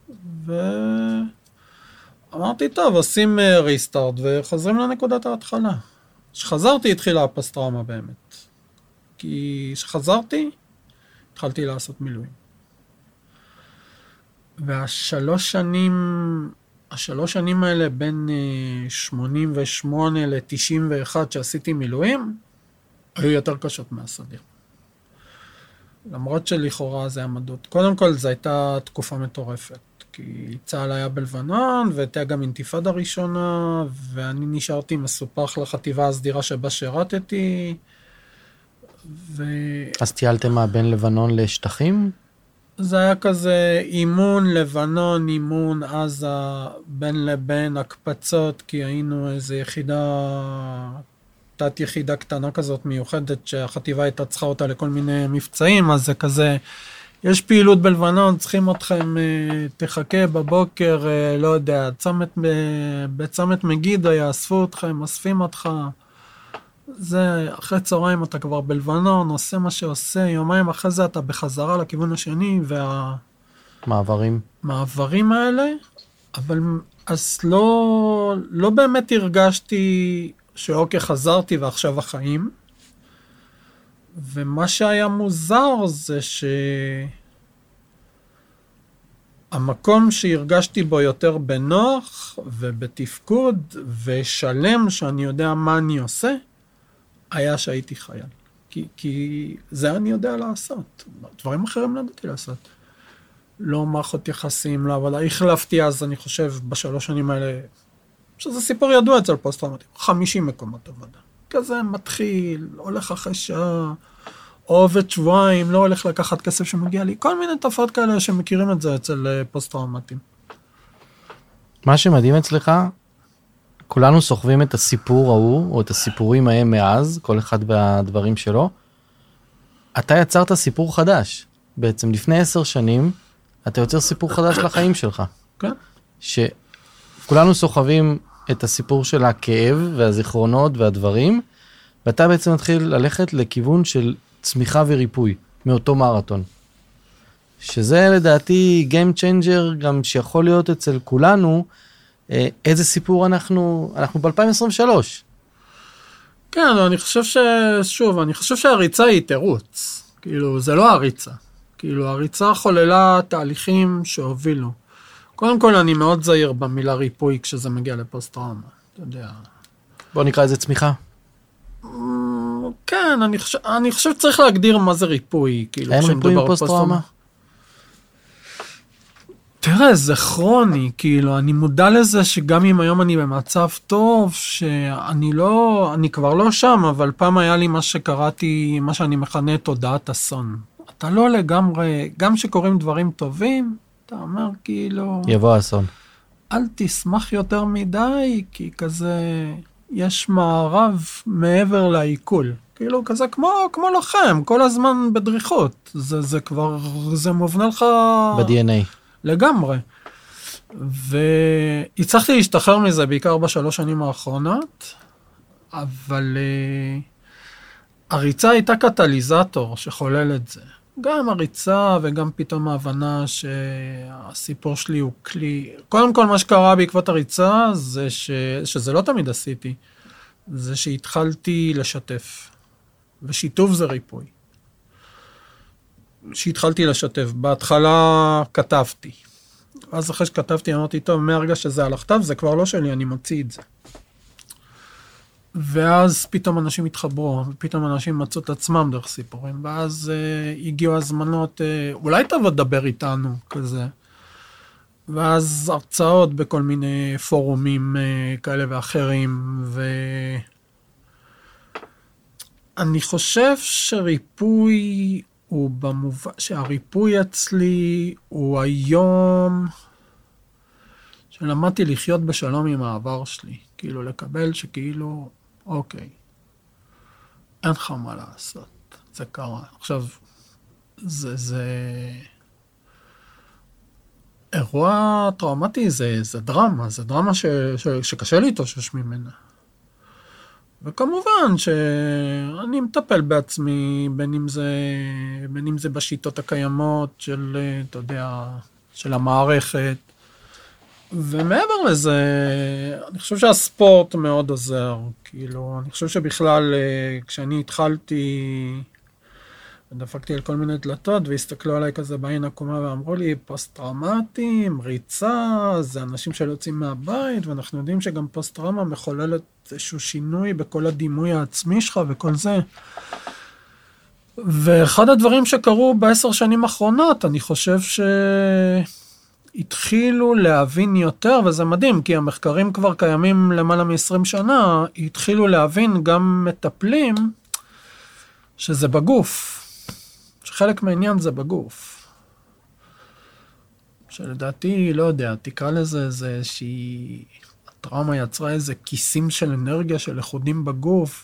אמרתי, טוב, עושים ריסטארט וחוזרים לנקודת ההתחלה. כשחזרתי התחילה הפוסט-טראומה באמת. כי כשחזרתי, התחלתי לעשות מילואים. והשלוש שנים האלה בין 88 ל-91 שעשיתי מילואים, היו יותר קשות מהסדיר. למרות שלכאורה זה עמדות. קודם כל, זו הייתה תקופה מטורפת. כי צה"ל היה בלבנון, והייתה גם אינתיפאדה ראשונה, ואני נשארתי מסופח לחטיבה הסדירה שבה שירתתי. אז טיילתם מה, בין לבנון לשטחים? זה היה כזה אימון לבנון, אימון עזה, בין לבין הקפצות, כי היינו איזו תת יחידה קטנה כזאת מיוחדת, שהחטיבה הייתה צריכה אותה לכל מיני מבצעים, אז זה כזה... יש פעילות בלבנון, צריכים אתכם, תחכה בבוקר, לא יודע, בצומת מגידו, יאספו אתכם, אוספים אותך. זה אחרי צהריים אתה כבר בלבנון, עושה מה שעושה, יומיים אחרי זה אתה בחזרה לכיוון השני, מעברים האלה, אבל אז לא באמת הרגשתי שאוקיי, חזרתי ועכשיו החיים. ומה שהיה מוזר זה שהמקום שהרגשתי בו יותר בנוח ובתפקוד ושלם שאני יודע מה אני עושה, היה שהייתי חייל. כי זה אני יודע לעשות. דברים אחרים לא ידעתי לעשות. לא מערכות יחסים לעבודה. החלפתי אז, אני חושב, בשלוש שנים האלה, שזה סיפור ידוע אצל פוסט-טראומטיים, 50 מקומות עבודה. כזה מתחיל, הולך אחרי שעה, עובד שבועיים, לא הולך לקחת כסף שמגיע לי, כל מיני תופעות כאלה שמכירים את זה אצל פוסט-טראומטיים. מה שמדהים אצלך, כולנו סוחבים את הסיפור ההוא, או את הסיפורים ההם מאז, כל אחד והדברים שלו. אתה יצרת סיפור חדש. בעצם לפני 10 שנים, אתה יוצר סיפור חדש לחיים שלך. כן. שכולנו סוחבים את הסיפור של הכאב והזיכרונות והדברים, ואתה בעצם מתחיל ללכת לכיוון של צמיחה וריפוי מאותו מרתון. שזה לדעתי game changer גם שיכול להיות אצל כולנו, איזה סיפור אנחנו ב-2023. כן, אני חושב שהריצה היא תירוץ. כאילו, זה לא הריצה. כאילו, הריצה חוללה תהליכים שהובילו. קודם כל, אני מאוד זהיר במילה ריפוי כשזה מגיע לפוסט-טראומה. אתה יודע. בוא נקרא איזה צמיחה. כן, אני חושב שצריך להגדיר מה זה ריפוי. כאילו, אין ריפוי עם פוסט-טראומה? תראה, זה כרוני, כאילו, אני מודע לזה שגם אם היום אני במצב טוב, אני כבר לא שם, אבל פעם היה לי מה שקראתי, מה שאני מכנה תודעת אסון. אתה לא לגמרי, גם שקוראים דברים טובים, אתה אומר כאילו... יבוא אסון. אל תשמח יותר מדי, כי כזה, יש מערב מעבר לעיכול. כאילו, כזה כמו לכם, כל הזמן בדריכות. זה כבר, זה מובנה לך... ב-DNA. לגמרי. והצלחתי להשתחרר מזה בעיקר ב3 שנים האחרונות, אבל הריצה הייתה קטליזטור שחולל את זה. גם הריצה וגם פתאום ההבנה שהסיפור שלי הוא כלי. קודם כל מה שקרה בעקבות הריצה זה שזה לא תמיד עשיתי, זה שהתחלתי לשתף. ושיתוף זה ריפוי. שהתחלתי לשתף. בהתחלה כתבתי. אז אחרי שכתבתי אמרתי, טוב, מהרגע שזה על הכתב, זה כבר לא שלי, אני מוציא את זה. ואז פתאום אנשים התחברו, ופתאום אנשים מצאו את עצמם דרך סיפורים, ואז הגיעו הזמנות, אולי תבוא לדבר איתנו, כזה. ואז הרצאות בכל מיני פורומים כאלה ואחרים, ואני חושב שריפוי הוא במובן, שהריפוי אצלי הוא היום שלמדתי לחיות בשלום עם העבר שלי, כאילו לקבל שכאילו, אוקיי, אין לך מה לעשות, זה קרה. עכשיו, זה אירוע טראומטי, זה דרמה שקשה להתאושש ממנה. וכמובן שאני מטפל בעצמי, בין אם זה בשיטות הקיימות של, אתה יודע, של המערכת. ומעבר לזה, אני חושב שהספורט מאוד עוזר. כאילו, אני חושב שבכלל, כשאני התחלתי, דפקתי על כל מיני דלתות, והסתכלו עליי כזה בעין עקומה, ואמרו לי, פוסט-טראומטיים, ריצה, זה אנשים שלא יוצאים מהבית, ואנחנו יודעים שגם פוסט-טראומה מחוללת איזשהו שינוי בכל הדימוי העצמי שלך וכל זה. ואחד הדברים שקרו ב10 שנים האחרונות, אני חושב שהתחילו להבין יותר, וזה מדהים, כי המחקרים כבר קיימים למעלה מ-20 שנה, התחילו להבין גם מטפלים, שזה בגוף. שחלק מהעניין זה בגוף. שלדעתי, לא יודע, תקרא לזה איזושהי... הטראומה יצרה איזה כיסים של אנרגיה של איחודים בגוף,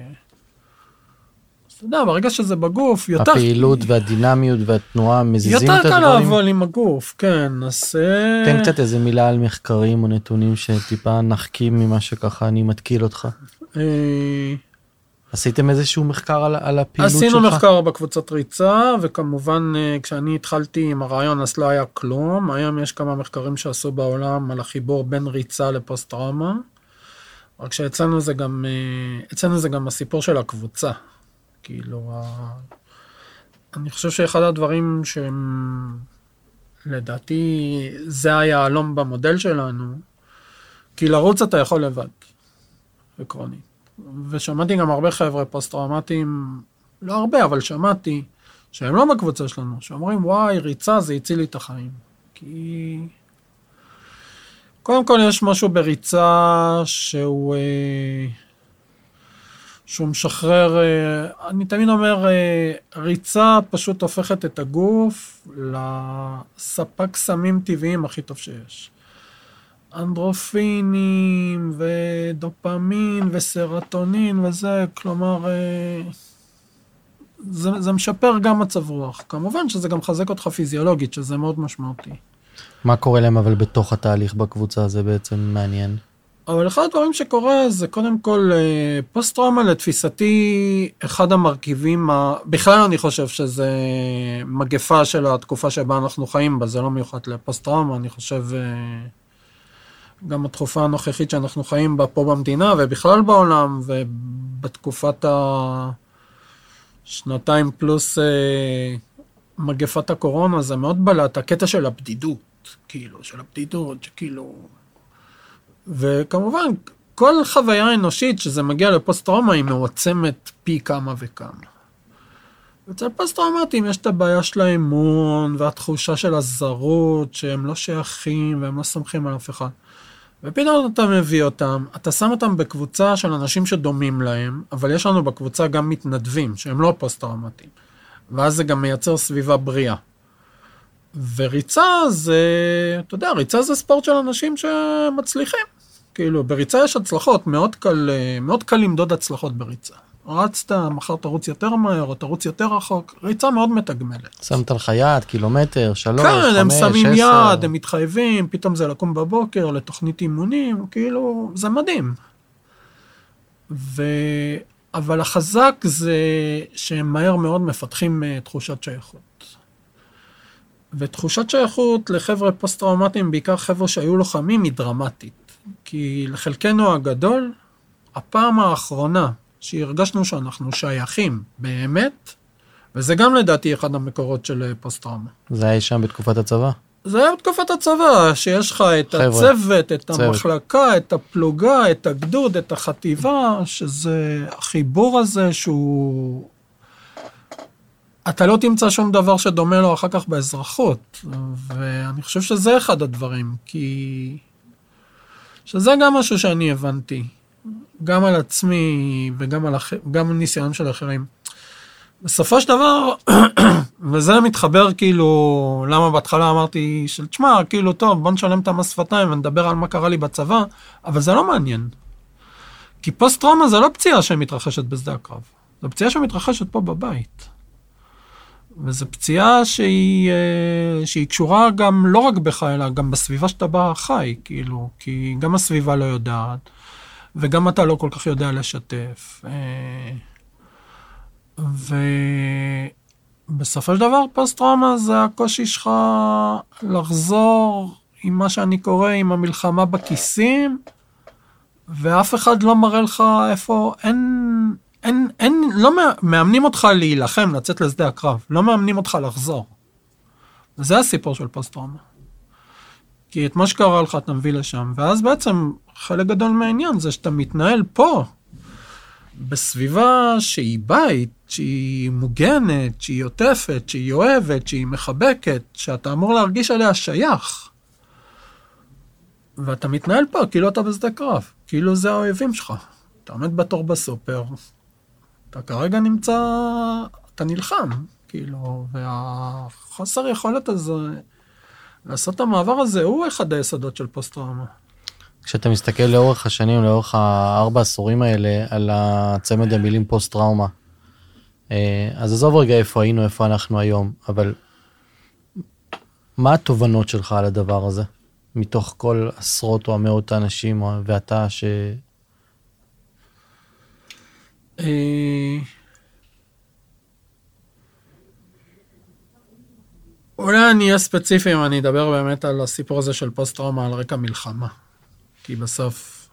אז אתה יודע, ברגע שזה בגוף, יותר... הפעילות והדינמיות והתנועה מזיזים את הדברים. יותר קל לעבוד עם הגוף, כן, אז... תן קצת איזה מילה על מחקרים או נתונים שטיפה נחכים ממה שככה אני מתקיל אותך. עשיתם איזשהו מחקר על הפעילות שלך? עשינו מחקר בקבוצת ריצה, וכמובן כשאני התחלתי עם הרעיון אז לא היה כלום. היום יש כמה מחקרים שעשו בעולם על החיבור בין ריצה לפוסט-טראומה, רק שאצלנו זה גם הסיפור של הקבוצה. כאילו, אני חושב שאחד הדברים שהם, לדעתי, זה היה הלום במודל שלנו, כי לרוץ אתה יכול לבד, עקרונית. ושמעתי גם הרבה חבר'ה פוסט-טראומטיים, לא הרבה, אבל שמעתי, שהם לא בקבוצה שלנו, שאומרים, וואי, ריצה זה הציל לי את החיים. כי קודם כל יש משהו בריצה שהוא משחרר, אני תמיד אומר, ריצה פשוט הופכת את הגוף לספק סמים טבעיים הכי טוב שיש. אנדרופינים ודופמין וסרטונין וזה, כלומר, זה משפר גם מצב רוח. כמובן שזה גם חזק אותך פיזיולוגית, שזה מאוד משמעותי. מה קורה להם אבל בתוך התהליך בקבוצה? זה בעצם מעניין. אבל אחד הדברים שקורה זה קודם כל פוסט-טראומה לתפיסתי, אחד המרכיבים, בכלל אני חושב שזה מגפה של התקופה שבה אנחנו חיים בה, זה לא מיוחד לפוסט-טראומה, אני חושב גם התקופה הנוכחית שאנחנו חיים בה פה במדינה ובכלל בעולם, ובתקופת השנתיים פלוס מגפת הקורונה, זה מאוד בלט, הקטע של הבדידות, שכאילו, וכמובן, כל חוויה אנושית שזה מגיע לפוסט-טראומה היא מעוצמת פי כמה וכמה. אצל פוסט-טראומטיים יש את הבעיה של האמון והתחושה של הזרות, שהם לא שייכים והם לא סומכים על אף אחד. ופתאום אתה מביא אותם, אתה שם אותם בקבוצה של אנשים שדומים להם, אבל יש לנו בקבוצה גם מתנדבים, שהם לא פוסט-טראומטיים. ואז זה גם מייצר סביבה בריאה. וריצה זה, אתה יודע, ריצה זה ספורט של אנשים שמצליחים. כאילו, בריצה יש הצלחות, מאוד קל למדוד הצלחות בריצה. רצת, מחר תרוץ יותר מהר, או תרוץ יותר רחוק, ריצה מאוד מתגמלת. שמת לך יד, קילומטר, 3, 5, 10. כן, הם שמים יד, הם מתחייבים, פתאום זה לקום בבוקר, לתוכנית אימונים, כאילו, זה מדהים. אבל החזק זה שהם מהר מאוד מפתחים תחושת שייכות. ותחושת שייכות לחבר'ה פוסט-טראומטיים, בעיקר חבר'ה שהיו לוחמים, היא דרמטית. כי לחלקנו הגדול, הפעם האחרונה שהרגשנו שאנחנו שייכים באמת, וזה גם לדעתי אחד המקורות של פוסט-טראומה. זה היה שם בתקופת הצבא? זה היה בתקופת הצבא, שיש לך את הצוות, את המחלקה, את הפלוגה, את הגדוד, את החטיבה, שזה החיבור הזה שהוא... אתה לא תמצא שום דבר שדומה לו אחר כך באזרחות, ואני חושב שזה אחד הדברים, כי... שזה גם משהו שאני הבנתי, גם על עצמי וגם גם ניסיון של אחרים. בסופו של דבר, וזה מתחבר כאילו, למה בהתחלה אמרתי, תשמע, כאילו טוב, בוא נשלם את המס שפתיים ונדבר על מה קרה לי בצבא, אבל זה לא מעניין. כי פוסט-טראומה זה לא פציעה שמתרחשת בשדה הקרב, זו פציעה שמתרחשת פה בבית. וזו פציעה שהיא קשורה גם לא רק בך, אלא גם בסביבה שאתה בא חי, כאילו, כי גם הסביבה לא יודעת, וגם אתה לא כל כך יודע לשתף. ובסופו של דבר, פוסט-טראומה זה הקושי שלך לחזור עם מה שאני קורא, עם המלחמה בכיסים, ואף אחד לא מראה לך איפה, לא מאמנים אותך להילחם, לצאת לשדה הקרב, לא מאמנים אותך לחזור. וזה הסיפור של פוסט-טראומה. כי את מה שקרה לך אתה מביא לשם, ואז בעצם חלק גדול מהעניין זה שאתה מתנהל פה, בסביבה שהיא בית, שהיא מוגנת, שהיא עוטפת, שהיא אוהבת, שהיא מחבקת, שאתה אמור להרגיש עליה שייך. ואתה מתנהל פה כאילו אתה בשדה קרב, כאילו זה האויבים שלך. אתה עומד בתור בסופר, אתה כרגע נמצא, אתה נלחם, כאילו, והחוסר יכולת הזה, לעשות את המעבר הזה, הוא אחד היסודות של פוסט-טראומה. כשאתה מסתכל לאורך השנים, לאורך 4 העשורים האלה, על הצמד המילים פוסט-טראומה, אז עזוב רגע איפה היינו, איפה אנחנו היום, אבל מה התובנות שלך על הדבר הזה? מתוך כל עשרות או מאות האנשים, ואתה אולי אני אהיה ספציפי אם אני אדבר באמת על הסיפור הזה של פוסט-טראומה על רקע מלחמה. כי בסוף,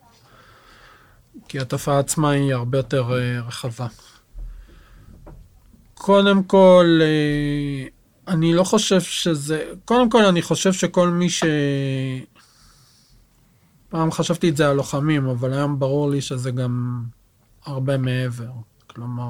כי התופעה עצמה היא הרבה יותר רחבה. קודם כל, אני לא חושב שזה, קודם כל אני חושב שכל מי פעם חשבתי את זה על לוחמים, אבל היום ברור לי שזה גם הרבה מעבר. כלומר,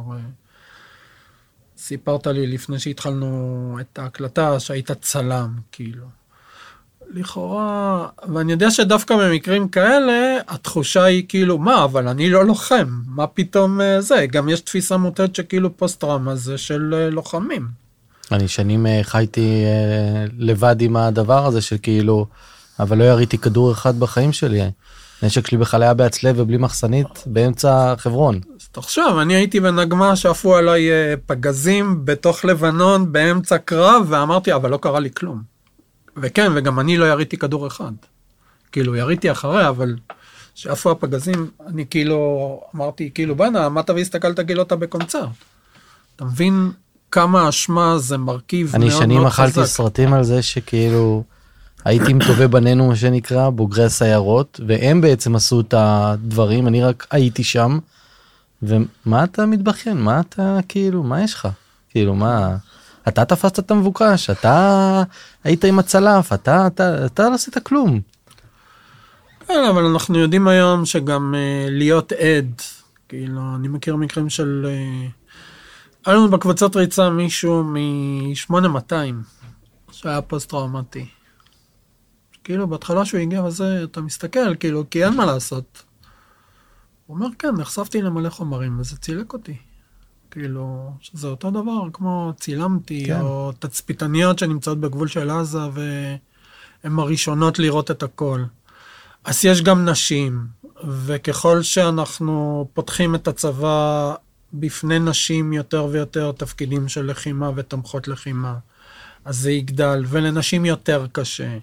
סיפרת לי לפני שהתחלנו את ההקלטה שהיית צלם, כאילו. לכאורה, ואני יודע שדווקא במקרים כאלה, התחושה היא כאילו, מה, אבל אני לא לוחם, מה פתאום זה? גם יש תפיסה מוטעת שכאילו פוסט-טראומה זה של לוחמים. אני שנים חייתי לבד עם הדבר הזה שכאילו, אבל לא יריתי כדור אחד בחיים שלי. נשק שלי בכלל היה בהצלב ובלי מחסנית באמצע חברון. אז תחשוב, אני הייתי בנגמה שעפו עליי פגזים בתוך לבנון באמצע קרב, ואמרתי, אבל לא קרה לי כלום. וכן, וגם אני לא יריתי כדור אחד. כאילו, יריתי אחריה, אבל שעפו הפגזים, אני כאילו, אמרתי, כאילו, בנה, מה תביא הסתכלת כאילו אתה בקונצרט? אתה מבין כמה אשמה זה מרכיב מאוד מאוד חזק. אני שנים אכלתי סרטים על זה שכאילו, הייתי עם טובי בנינו, מה שנקרא, בוגרי הסיירות, והם בעצם עשו את הדברים, אני רק הייתי שם, ומה אתה מתבכיין? מה אתה, כאילו, מה יש לך? כאילו, מה... אתה תפסת את המבוקש, אתה היית עם הצלף, אתה לא עשית כלום. כן, אבל אנחנו יודעים היום שגם להיות עד, כאילו, אני מכיר מקרים של... היה לנו בקבוצות ריצה מישהו מ-8200, שהיה פוסט-טראומטי. כאילו, בהתחלה שהוא הגיע וזה, אתה מסתכל, כאילו, כי אין מה לעשות. הוא אומר, כן, נחשפתי למלא חומרים, וזה צילק אותי. כאילו, שזה אותו דבר, כמו צילמתי, כן. או תצפיתניות שנמצאות בגבול של עזה, והן הראשונות לראות את הכל. אז יש גם נשים, וככל שאנחנו פותחים את הצבא בפני נשים יותר ויותר תפקידים של לחימה ותומכות לחימה, אז זה יגדל, ולנשים יותר קשה.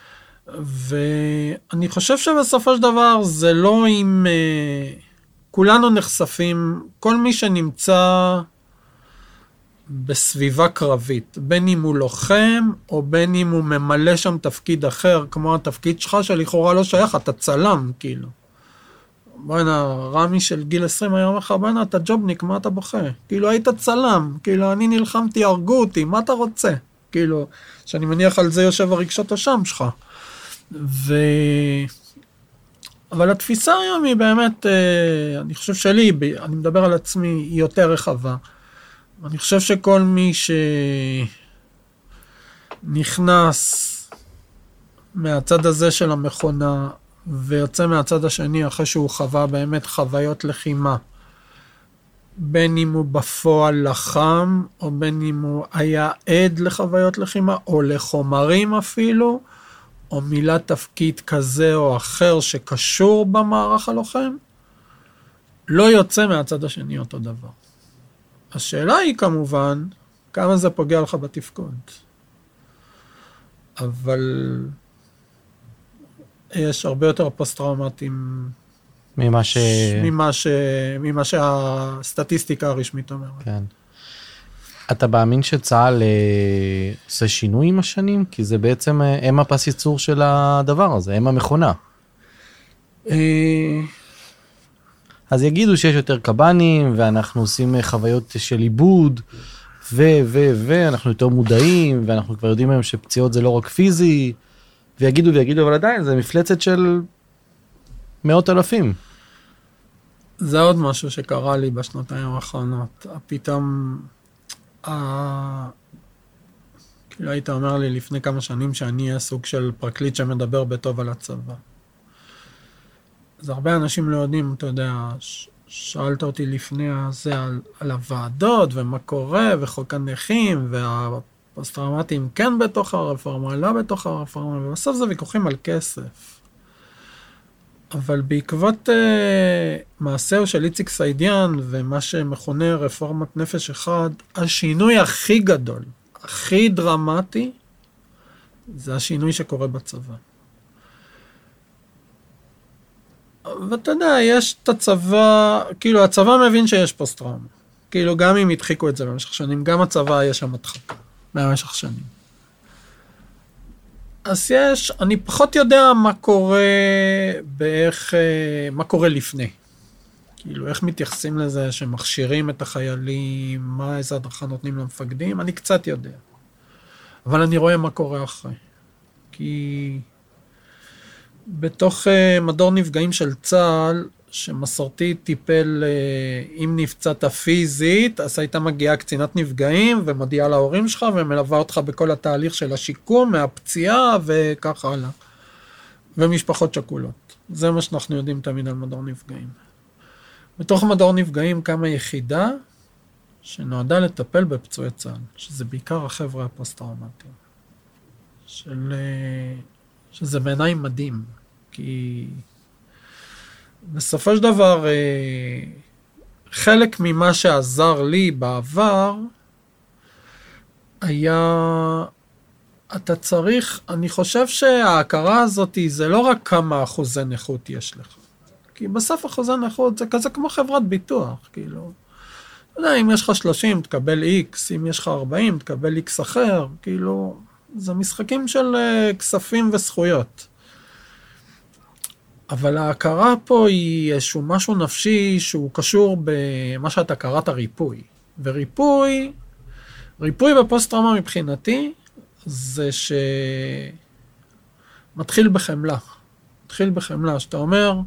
ואני חושב שבסופו של דבר זה לא אם... כולנו נחשפים, כל מי שנמצא בסביבה קרבית, בין אם הוא לוחם, או בין אם הוא ממלא שם תפקיד אחר, כמו התפקיד שלך, שלכאורה לא שייך, אתה צלם, כאילו. בוא'נה, רמי של גיל 20 היום לך, בוא'נה, אתה ג'ובניק, מה אתה בוכה? כאילו, היית צלם, כאילו, אני נלחמתי, הרגו אותי, מה אתה רוצה? כאילו, שאני מניח על זה יושב הרגשות השם שלך. אבל התפיסה היום היא באמת, אני חושב שלי, אני מדבר על עצמי, היא יותר רחבה. אני חושב שכל מי שנכנס מהצד הזה של המכונה, ויוצא מהצד השני אחרי שהוא חווה באמת חוויות לחימה, בין אם הוא בפועל לחם, או בין אם הוא היה עד לחוויות לחימה, או לחומרים אפילו, או מילת תפקיד כזה או אחר שקשור במערך הלוחם, לא יוצא מהצד השני אותו דבר. השאלה היא כמובן, כמה זה פוגע לך בתפקוד. אבל יש הרבה יותר פוסט-טראומטיים ממה שהסטטיסטיקה הרשמית אומרת. כן. אתה מאמין שצה"ל עושה שינוי עם השנים? כי זה בעצם הם הפס ייצור של הדבר הזה, הם המכונה. אז יגידו שיש יותר קב"נים, ואנחנו עושים חוויות של עיבוד, ואנחנו יותר מודעים, ואנחנו כבר יודעים היום שפציעות זה לא רק פיזי, ויגידו, אבל עדיין זה מפלצת של מאות אלפים. זה עוד משהו שקרה לי בשנתיים האחרונות. פתאום... כאילו היית אומר לי לפני כמה שנים שאני אהיה סוג של פרקליט שמדבר בטוב על הצבא. אז הרבה אנשים לא יודעים, אתה יודע, שאלת אותי לפני זה על הוועדות ומה קורה וחוק הנכים והפוסט-טראומטיים כן בתוך הרפורמה, לא בתוך הרפורמה, ובסוף זה ויכוחים על כסף. אבל בעקבות מעשהו של איציק סעידיאן ומה שמכונה רפורמת נפש אחד, השינוי הכי גדול, הכי דרמטי, זה השינוי שקורה בצבא. ואתה יודע, יש את הצבא, כאילו הצבא מבין שיש פוסט-טראומה. כאילו גם אם הדחיקו את זה במשך שנים, גם הצבא יש שם הדחקה במשך שנים. אז אני פחות יודע מה קורה מה קורה לפני. כאילו, איך מתייחסים לזה שמכשירים את החיילים, איזה הדרכה נותנים למפקדים, אני קצת יודע. אבל אני רואה מה קורה אחרי. כי בתוך מדור נפגעים של צה"ל, שמסורתי טיפל, אם נפצעת פיזית, אז הייתה מגיעה קצינת נפגעים, ומודיעה להורים שלך, ומלווה אותך בכל התהליך של השיקום, מהפציעה, וכך הלאה. ומשפחות שכולות. זה מה שאנחנו יודעים תמיד על מדור נפגעים. בתוך מדור נפגעים קמה יחידה, שנועדה לטפל בפצועי צה"ל, שזה בעיקר החבר'ה הפוסט-טראומטיים. שזה בעיניי מדהים, כי בסופו של דבר, חלק ממה שעזר לי בעבר, היה, אתה צריך, אני חושב שההכרה הזאת, זה לא רק כמה אחוזי נכות יש לך. כי בסוף אחוזי נכות זה כזה כמו חברת ביטוח, כאילו. אתה יודע, אם יש לך 30, תקבל X, אם יש לך 40, תקבל X אחר, כאילו, זה משחקים של כספים וזכויות. אבל ההכרה פה היא איזשהו משהו נפשי שהוא קשור במה שאתה קראת ריפוי. וריפוי בפוסט-טראומה מבחינתי, זה מתחיל בחמלה. מתחיל בחמלה, שאתה אומר,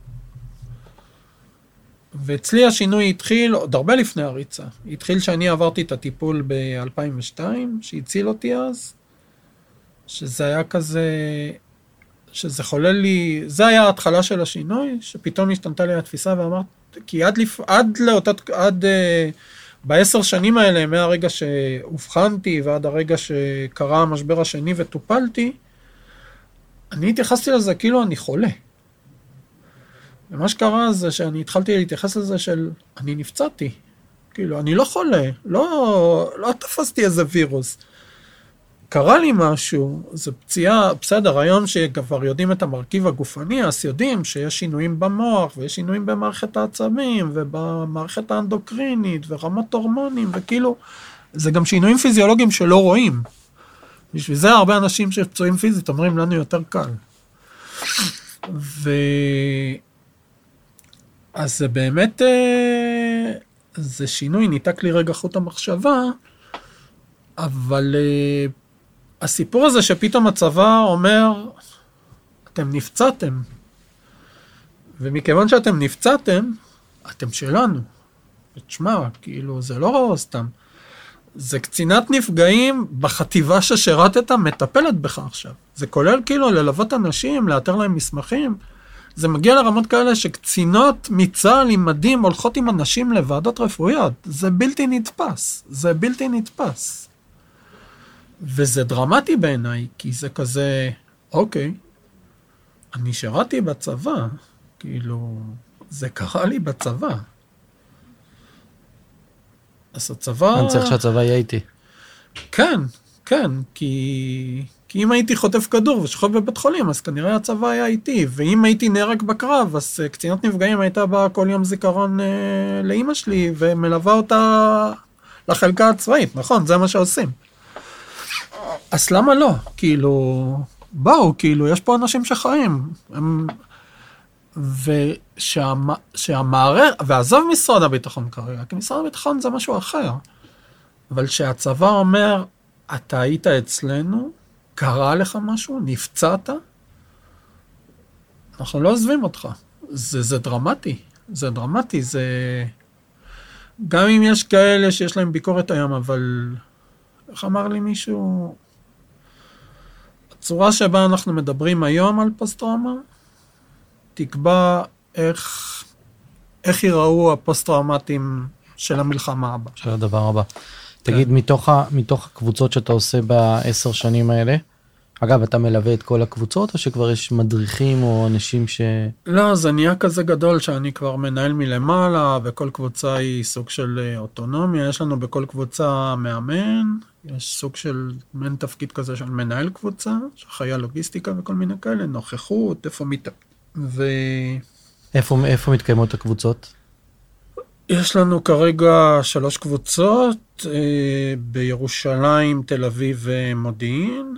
ואצלי השינוי התחיל עוד הרבה לפני הריצה. התחיל שאני עברתי את הטיפול ב-2002, שהציל אותי אז, שזה היה כזה, שזה חולל לי, זה היה ההתחלה של השינוי, שפתאום השתנתה לי התפיסה ואמרת, כי עד ב10 שנים האלה, מהרגע שהובחנתי ועד הרגע שקרה המשבר השני וטופלתי, אני התייחסתי לזה כאילו אני חולה. ומה שקרה זה שאני התחלתי להתייחס לזה של, אני נפצעתי. כאילו, אני לא חולה, לא תפסתי איזה וירוס. קרה לי משהו, זה פציעה, בסדר, היום שכבר יודעים את המרכיב הגופני, אז יודעים שיש שינויים במוח, ויש שינויים במערכת העצבים, ובמערכת האנדוקרינית, ורמת הורמונים, וכאילו, זה גם שינויים פיזיולוגיים שלא רואים. בשביל זה הרבה אנשים שפצועים פיזית אומרים לנו יותר קל. אז זה באמת, זה שינוי, ניתק לי רגע חוט המחשבה, אבל הסיפור הזה שפתאום הצבא אומר, אתם נפצעתם, ומכיוון שאתם נפצעתם, אתם שלנו. ותשמע, כאילו, זה לא סתם. זה קצינת נפגעים בחטיבה ששירתת מטפלת בך עכשיו. זה כולל כאילו ללוות אנשים, לאתר להם מסמכים. זה מגיע לרמות כאלה שקצינות מצה"ל עם מדים הולכות עם אנשים לוועדות רפואיות. זה בלתי נתפס. זה בלתי נתפס. וזה דרמטי בעיניי, כי זה כזה, אוקיי, אני שירתי בצבא, כאילו, זה קרה לי בצבא. אז הצבא... אני צריך שהצבא יהיה איתי. כן, כן, כי אם הייתי חוטף כדור ושוכב בבית חולים, אז כנראה הצבא היה איתי, ואם הייתי נהרג בקרב, אז קצינת נפגעים הייתה באה כל יום זיכרון לאמא שלי, ומלווה אותה לחלקה הצבאית, נכון? זה מה שעושים. אז למה לא? כאילו, בואו, כאילו, יש פה אנשים שחיים. ועזוב משרד הביטחון כרגע, כי משרד הביטחון זה משהו אחר. אבל שהצבא אומר, אתה היית אצלנו, קרה לך משהו, נפצעת, אנחנו לא עוזבים אותך. זה דרמטי, זה דרמטי, זה... גם אם יש כאלה שיש להם ביקורת היום, אבל... איך אמר לי מישהו... הצורה שבה אנחנו מדברים היום על פוסט-טראומה, תקבע איך ייראו הפוסט-טראומטיים של המלחמה הבאה. של הדבר הבא. תגיד, מתוך הקבוצות שאתה עושה ב10 שנים האלה, אגב, אתה מלווה את כל הקבוצות, או שכבר יש מדריכים או אנשים ש... לא, זה נהיה כזה גדול שאני כבר מנהל מלמעלה, וכל קבוצה היא סוג של אוטונומיה. יש לנו בכל קבוצה מאמן, יש סוג של מעין תפקיד כזה של מנהל קבוצה, שחיי לוגיסטיקה וכל מיני כאלה, נוכחות, איפה איפה מתקיימות הקבוצות? יש לנו כרגע 3 קבוצות, בירושלים, תל אביב ומודיעין,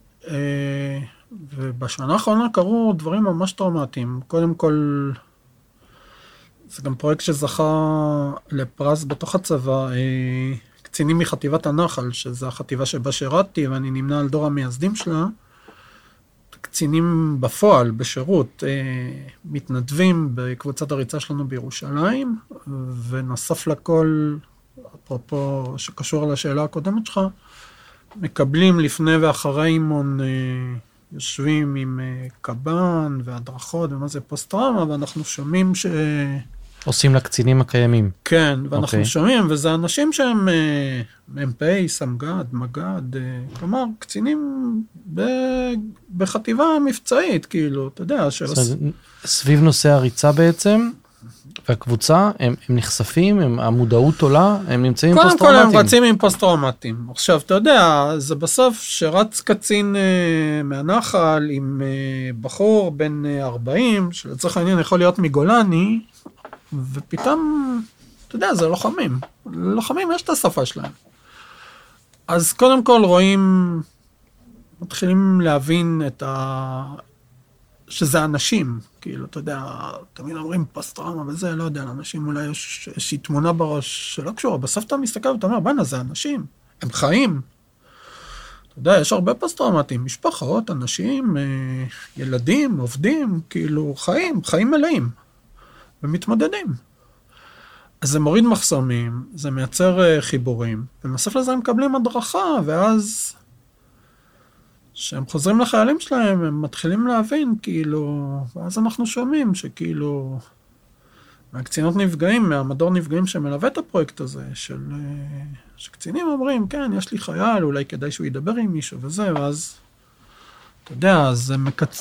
ובשנה האחרונה קרו דברים ממש טראומטיים. קודם כל, זה גם פרויקט שזכה לפרס בתוך הצבא, קצינים מחטיבת הנחל, שזו החטיבה שבה שירתתי, ואני נמנה על דור המייסדים שלה, קצינים בפועל, בשירות, מתנדבים בקבוצת הריצה שלנו בירושלים, ונוסף לכל, אפרופו שקשור לשאלה הקודמת שלך, מקבלים לפני ואחרי אימון, יושבים עם קב"ן והדרכות ומה זה פוסט-טראומה, ואנחנו שומעים עושים לקצינים הקיימים. כן, ואנחנו שומעים, וזה אנשים שהם מ"פ, סמג"ד, מג"ד, כלומר, קצינים בחטיבה מבצעית, כאילו, אתה יודע. סביב נושא הריצה בעצם, והקבוצה, הם נחשפים, המודעות עולה, הם נמצאים עם פוסט-טראומטיים. קודם כל הם רצים עם פוסט-טראומטיים. עכשיו, אתה יודע, זה בסוף שרץ קצין מהנחל עם בחור בן 40, שלצורך העניין יכול להיות מגולני, ופתאום, אתה יודע, זה לוחמים. לוחמים יש את השפה שלהם. אז קודם כל רואים, מתחילים להבין שזה אנשים. כאילו, אתה יודע, תמיד אומרים פוסט-טראומה וזה, לא יודע, לאנשים אולי יש איזושהי תמונה בראש שלא קשורה. בסוף אתה מסתכל ואתה אומר, בנה, זה אנשים. הם חיים. אתה יודע, יש הרבה פוסט-טראומטיים, משפחות, אנשים, ילדים, עובדים, כאילו, חיים מלאים. ומתמודדים. אז זה מוריד מחסומים, זה מייצר חיבורים, ובנוסף לזה הם מקבלים הדרכה, ואז כשהם חוזרים לחיילים שלהם, הם מתחילים להבין, כאילו, ואז אנחנו שומעים שכאילו, מהקצינות נפגעים, מהמדור נפגעים שמלווה את הפרויקט הזה, שקצינים אומרים, כן, יש לי חייל, אולי כדאי שהוא ידבר עם מישהו וזה, ואז, אתה יודע, זה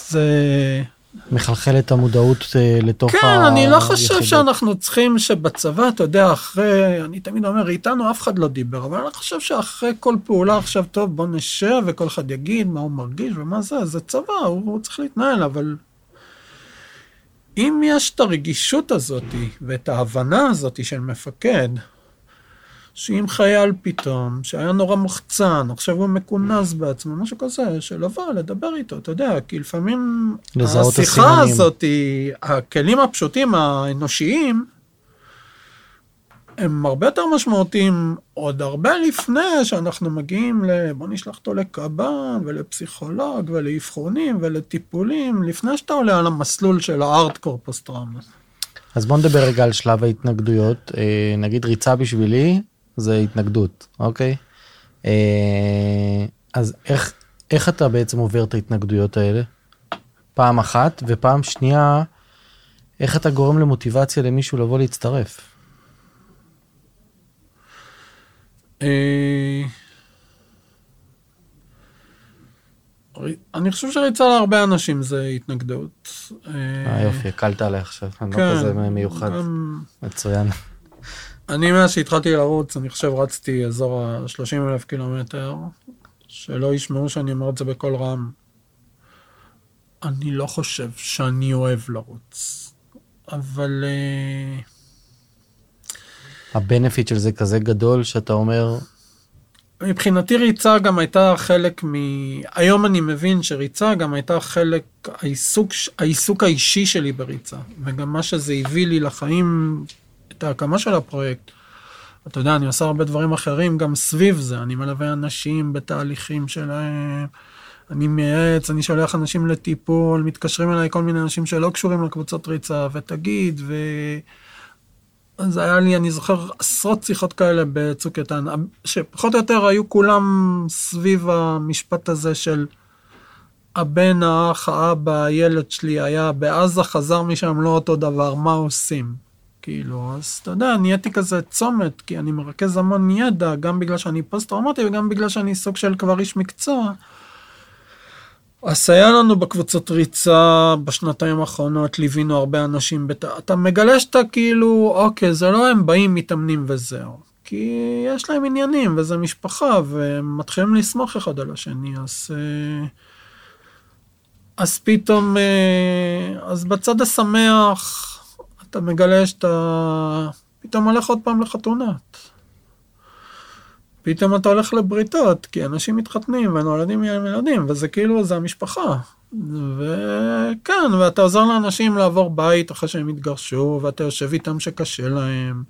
מחלחל את המודעות לתוך היחידות. כן, אני לא חושב שאנחנו צריכים שבצבא, אתה יודע, אחרי, אני תמיד אומר, איתנו אף אחד לא דיבר, אבל אני חושב שאחרי כל פעולה עכשיו, טוב, בוא נשב וכל אחד יגיד מה הוא מרגיש ומה זה צבא, הוא צריך להתנהל, אבל אם יש את הרגישות הזאת ואת ההבנה הזאת של מפקד, שאם חייל פתאום, שהיה נורא מוחצן, עכשיו הוא מקונס בעצמו, משהו כזה, שלבוא, לדבר איתו, אתה יודע, כי לפעמים השיחה הזאת, הכלים הפשוטים, האנושיים, הם הרבה יותר משמעותיים, עוד הרבה לפני שאנחנו מגיעים בוא נשלח אותו לקב"ן, ולפסיכולוג, ולאבחונים, ולטיפולים, לפני שאתה עולה על המסלול של הארדקור פוסט-טראומה. אז בוא נדבר רגע על שלב ההתנגדויות, נגיד ריצה בשבילי, זה התנגדות, אוקיי? אז איך אתה בעצם עובר את ההתנגדויות האלה? פעם אחת, ופעם שנייה, איך אתה גורם למוטיבציה למישהו לבוא להצטרף? אני חושב שריצה להרבה אנשים זה התנגדות. יופי, הקלת עליי עכשיו, אני לא כזה מיוחד, מצוין. אני מאז שהתחלתי לרוץ, אני חושב רצתי אזור ה-30,000 קילומטר, שלא ישמעו שאני אומר את זה בכל רם. אני לא חושב שאני אוהב לרוץ, אבל הבנפיט של זה כזה גדול שאתה אומר, מבחינתי ריצה גם הייתה חלק היום אני מבין שריצה גם הייתה חלק, העיסוק האישי שלי בריצה, וגם מה שזה הביא לי לחיים, את ההקמה של הפרויקט. אתה יודע, אני עושה הרבה דברים אחרים גם סביב זה, אני מלווה אנשים בתהליכים שלהם, אני מייעץ, אני שולח אנשים לטיפול, מתקשרים אליי כל מיני אנשים שלא קשורים לקבוצות ריצה, ותגיד, אז היה לי, אני זוכר עשרות שיחות כאלה בצוק איתן, שפחות או יותר היו כולם סביב המשפט הזה של הבן, האח, האבא, הילד שלי היה בעזה, חזר משם לא אותו דבר, מה עושים? כאילו, אז אתה יודע, נהייתי כזה צומת, כי אני מרכז המון ידע, גם בגלל שאני פוסט-טראומטי, וגם בגלל שאני סוג של כבר איש מקצוע. אז היה לנו בקבוצות ריצה, בשנתיים האחרונות, ליווינו הרבה אנשים, אתה מגלה שאתה כאילו, אוקיי, זה לא הם באים, מתאמנים וזהו. כי יש להם עניינים, וזה משפחה, והם מתחילים לסמוך אחד על השני, אז פתאום, אז בצד השמח, אתה מגלה שאתה פתאום הולך עוד פעם לחתונות. פתאום אתה הולך לבריתות, כי אנשים מתחתנים ונולדים ילדים, וזה כאילו, זה המשפחה. וכן, ואתה עוזר לאנשים לעבור בית אחרי שהם התגרשו, ואתה יושב איתם שקשה להם.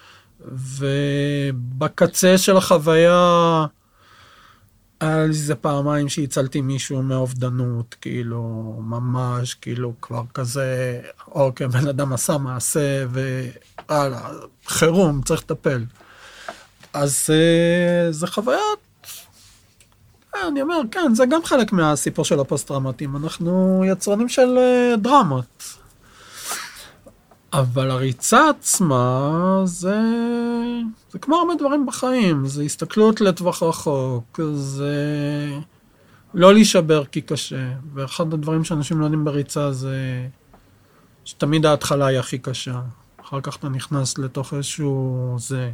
ובקצה של החוויה, היה לי זה פעמיים שהצלתי מישהו מאובדנות, כאילו, ממש, כאילו, כבר כזה, אוקיי, בן אדם עשה מעשה, והלאה, חירום, צריך לטפל. אז זה חוויה, אני אומר, כן, זה גם חלק מהסיפור של הפוסט-טראומטיים, אנחנו יצרנים של דרמות. אבל הריצה עצמה, זה כמו הרבה דברים בחיים, זה הסתכלות לטווח רחוק, זה לא להישבר כי קשה, ואחד הדברים שאנשים לא יודעים בריצה זה שתמיד ההתחלה היא הכי קשה, אחר כך אתה נכנס לתוך איזשהו זה,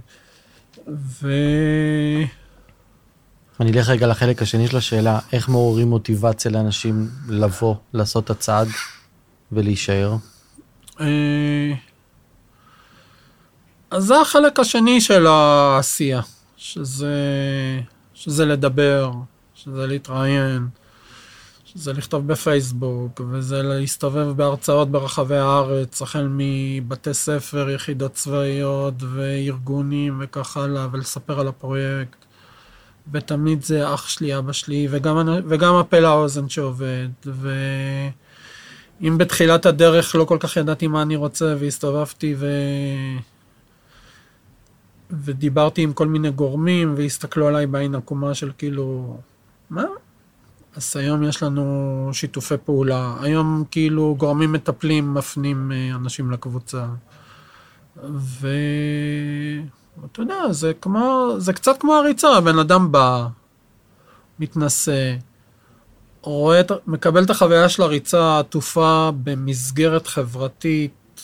אני אלך רגע לחלק השני של השאלה, איך מעוררים מוטיבציה לאנשים לבוא, לעשות את הצעד ולהישאר? אז זה החלק השני של העשייה, שזה לדבר, שזה להתראיין, שזה לכתוב בפייסבוק, וזה להסתובב בהרצאות ברחבי הארץ, החל מבתי ספר, יחידות צבאיות וארגונים וכך הלאה, ולספר על הפרויקט. ותמיד זה אח שלי, אבא שלי, וגם הפה לאוזן שעובד, אם בתחילת הדרך לא כל כך ידעתי מה אני רוצה, והסתובבתי ודיברתי עם כל מיני גורמים, והסתכלו עליי בעין עקומה של כאילו, מה? אז היום יש לנו שיתופי פעולה. היום כאילו גורמים מטפלים, מפנים אנשים לקבוצה. ואתה יודע, זה קצת כמו הריצה, הבן אדם בא, מתנסה, מקבל את החוויה של הריצה עטופה במסגרת חברתית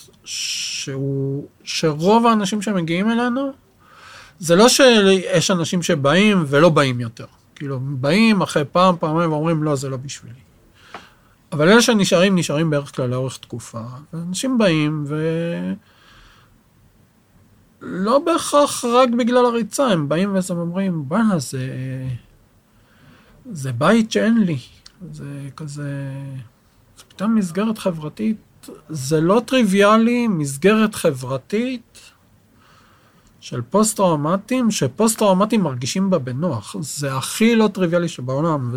שרוב האנשים שמגיעים אלינו, זה לא שיש אנשים שבאים ולא באים יותר. כאילו, באים אחרי פעמיים ואומרים, לא, זה לא בשבילי. אבל אלה נשארים בערך כלל לאורך תקופה. ואנשים באים לא בהכרח רק בגלל הריצה, הם באים והם אומרים, בנה, זה בית שאין לי. זה כזה, זה פתאום מסגרת חברתית, זה לא טריוויאלי, מסגרת חברתית של פוסט-טראומטיים, שפוסט-טראומטיים מרגישים בה בנוח. זה הכי לא טריוויאלי שבעולם,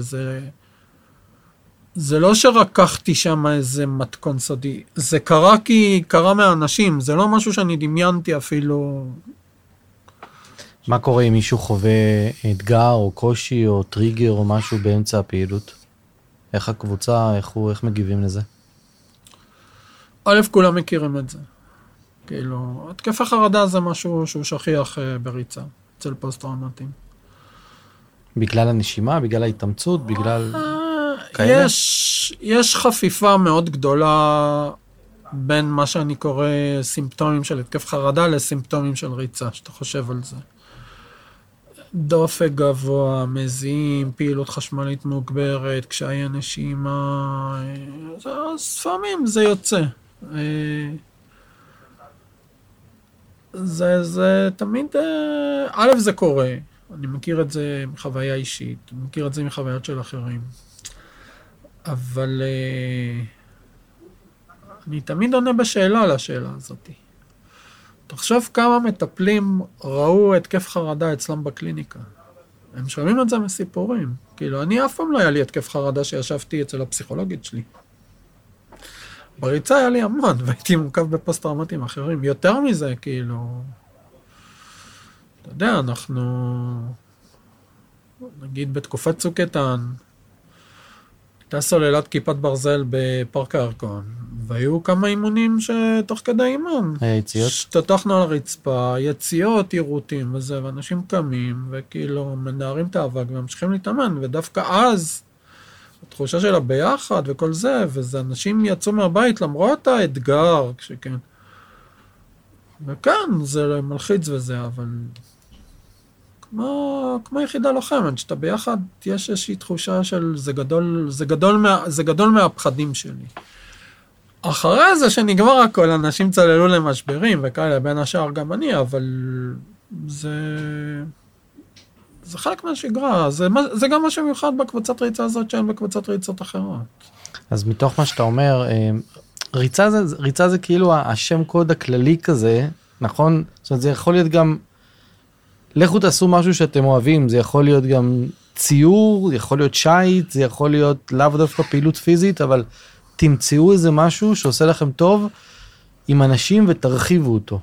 זה לא שרקחתי שם איזה מתכון סודי, זה קרה כי קרה מהאנשים, זה לא משהו שאני דמיינתי אפילו. מה קורה אם מישהו חווה אתגר או קושי או טריגר או משהו באמצע הפעילות? איך הקבוצה, איך מגיבים לזה? א', כולם מכירים את זה. כאילו, התקף החרדה זה משהו שהוא שכיח בריצה, אצל פוסט-טראומטיים. בגלל הנשימה, בגלל ההתאמצות, בגלל כאלה? יש חפיפה מאוד גדולה בין מה שאני קורא סימפטומים של התקף חרדה לסימפטומים של ריצה, שאתה חושב על זה. דופק גבוה, מזיעים, פעילות חשמלית מוגברת, קשיי נשימה, אז לפעמים זה יוצא. זה תמיד, א', זה קורה, אני מכיר את זה מחוויה אישית, אני מכיר את זה מחוויות של אחרים, אבל אני תמיד עונה בשאלה על השאלה הזאת. תחשוב כמה מטפלים ראו התקף חרדה אצלם בקליניקה. הם שומעים את זה מסיפורים. כאילו, אני אף פעם לא היה לי התקף חרדה שישבתי אצל הפסיכולוגית שלי. בריצה היה לי המון, והייתי מורכב בפוסט-טראומטיים אחרים. יותר מזה, כאילו, אתה יודע, אנחנו, נגיד בתקופת צוק איתן, הייתה סוללת כיפת ברזל בפארק הירקון, והיו כמה אימונים שתוך כדי אימון. היה יציאות? השתטחנו על הרצפה, יציאות, עירותים וזה, ואנשים קמים, וכאילו מנערים את האבק וממשיכים להתאמן, ודווקא אז, התחושה של הביחד וכל זה, וזה אנשים יצאו מהבית למרות האתגר, כשכן. וכן, זה מלחיץ וזה, אבל כמו יחידה לוחמת, שאתה ביחד, יש איזושהי תחושה של זה גדול מהפחדים שלי. אחרי זה שנגמר הכל, אנשים צללו למשברים וכאלה, בין השאר גם אני, אבל זה חלק מהשגרה, זה גם משהו מיוחד בקבוצת ריצה הזאת, שאין בקבוצת ריצות אחרות. אז מתוך מה שאתה אומר, ריצה זה כאילו השם קוד הכללי כזה, נכון? זאת אומרת, זה יכול להיות גם, לכו תעשו משהו שאתם אוהבים, זה יכול להיות גם ציור, זה יכול להיות שייט, זה יכול להיות לאו דווקא פעילות פיזית, אבל תמצאו איזה משהו שעושה לכם טוב עם אנשים ותרחיבו אותו.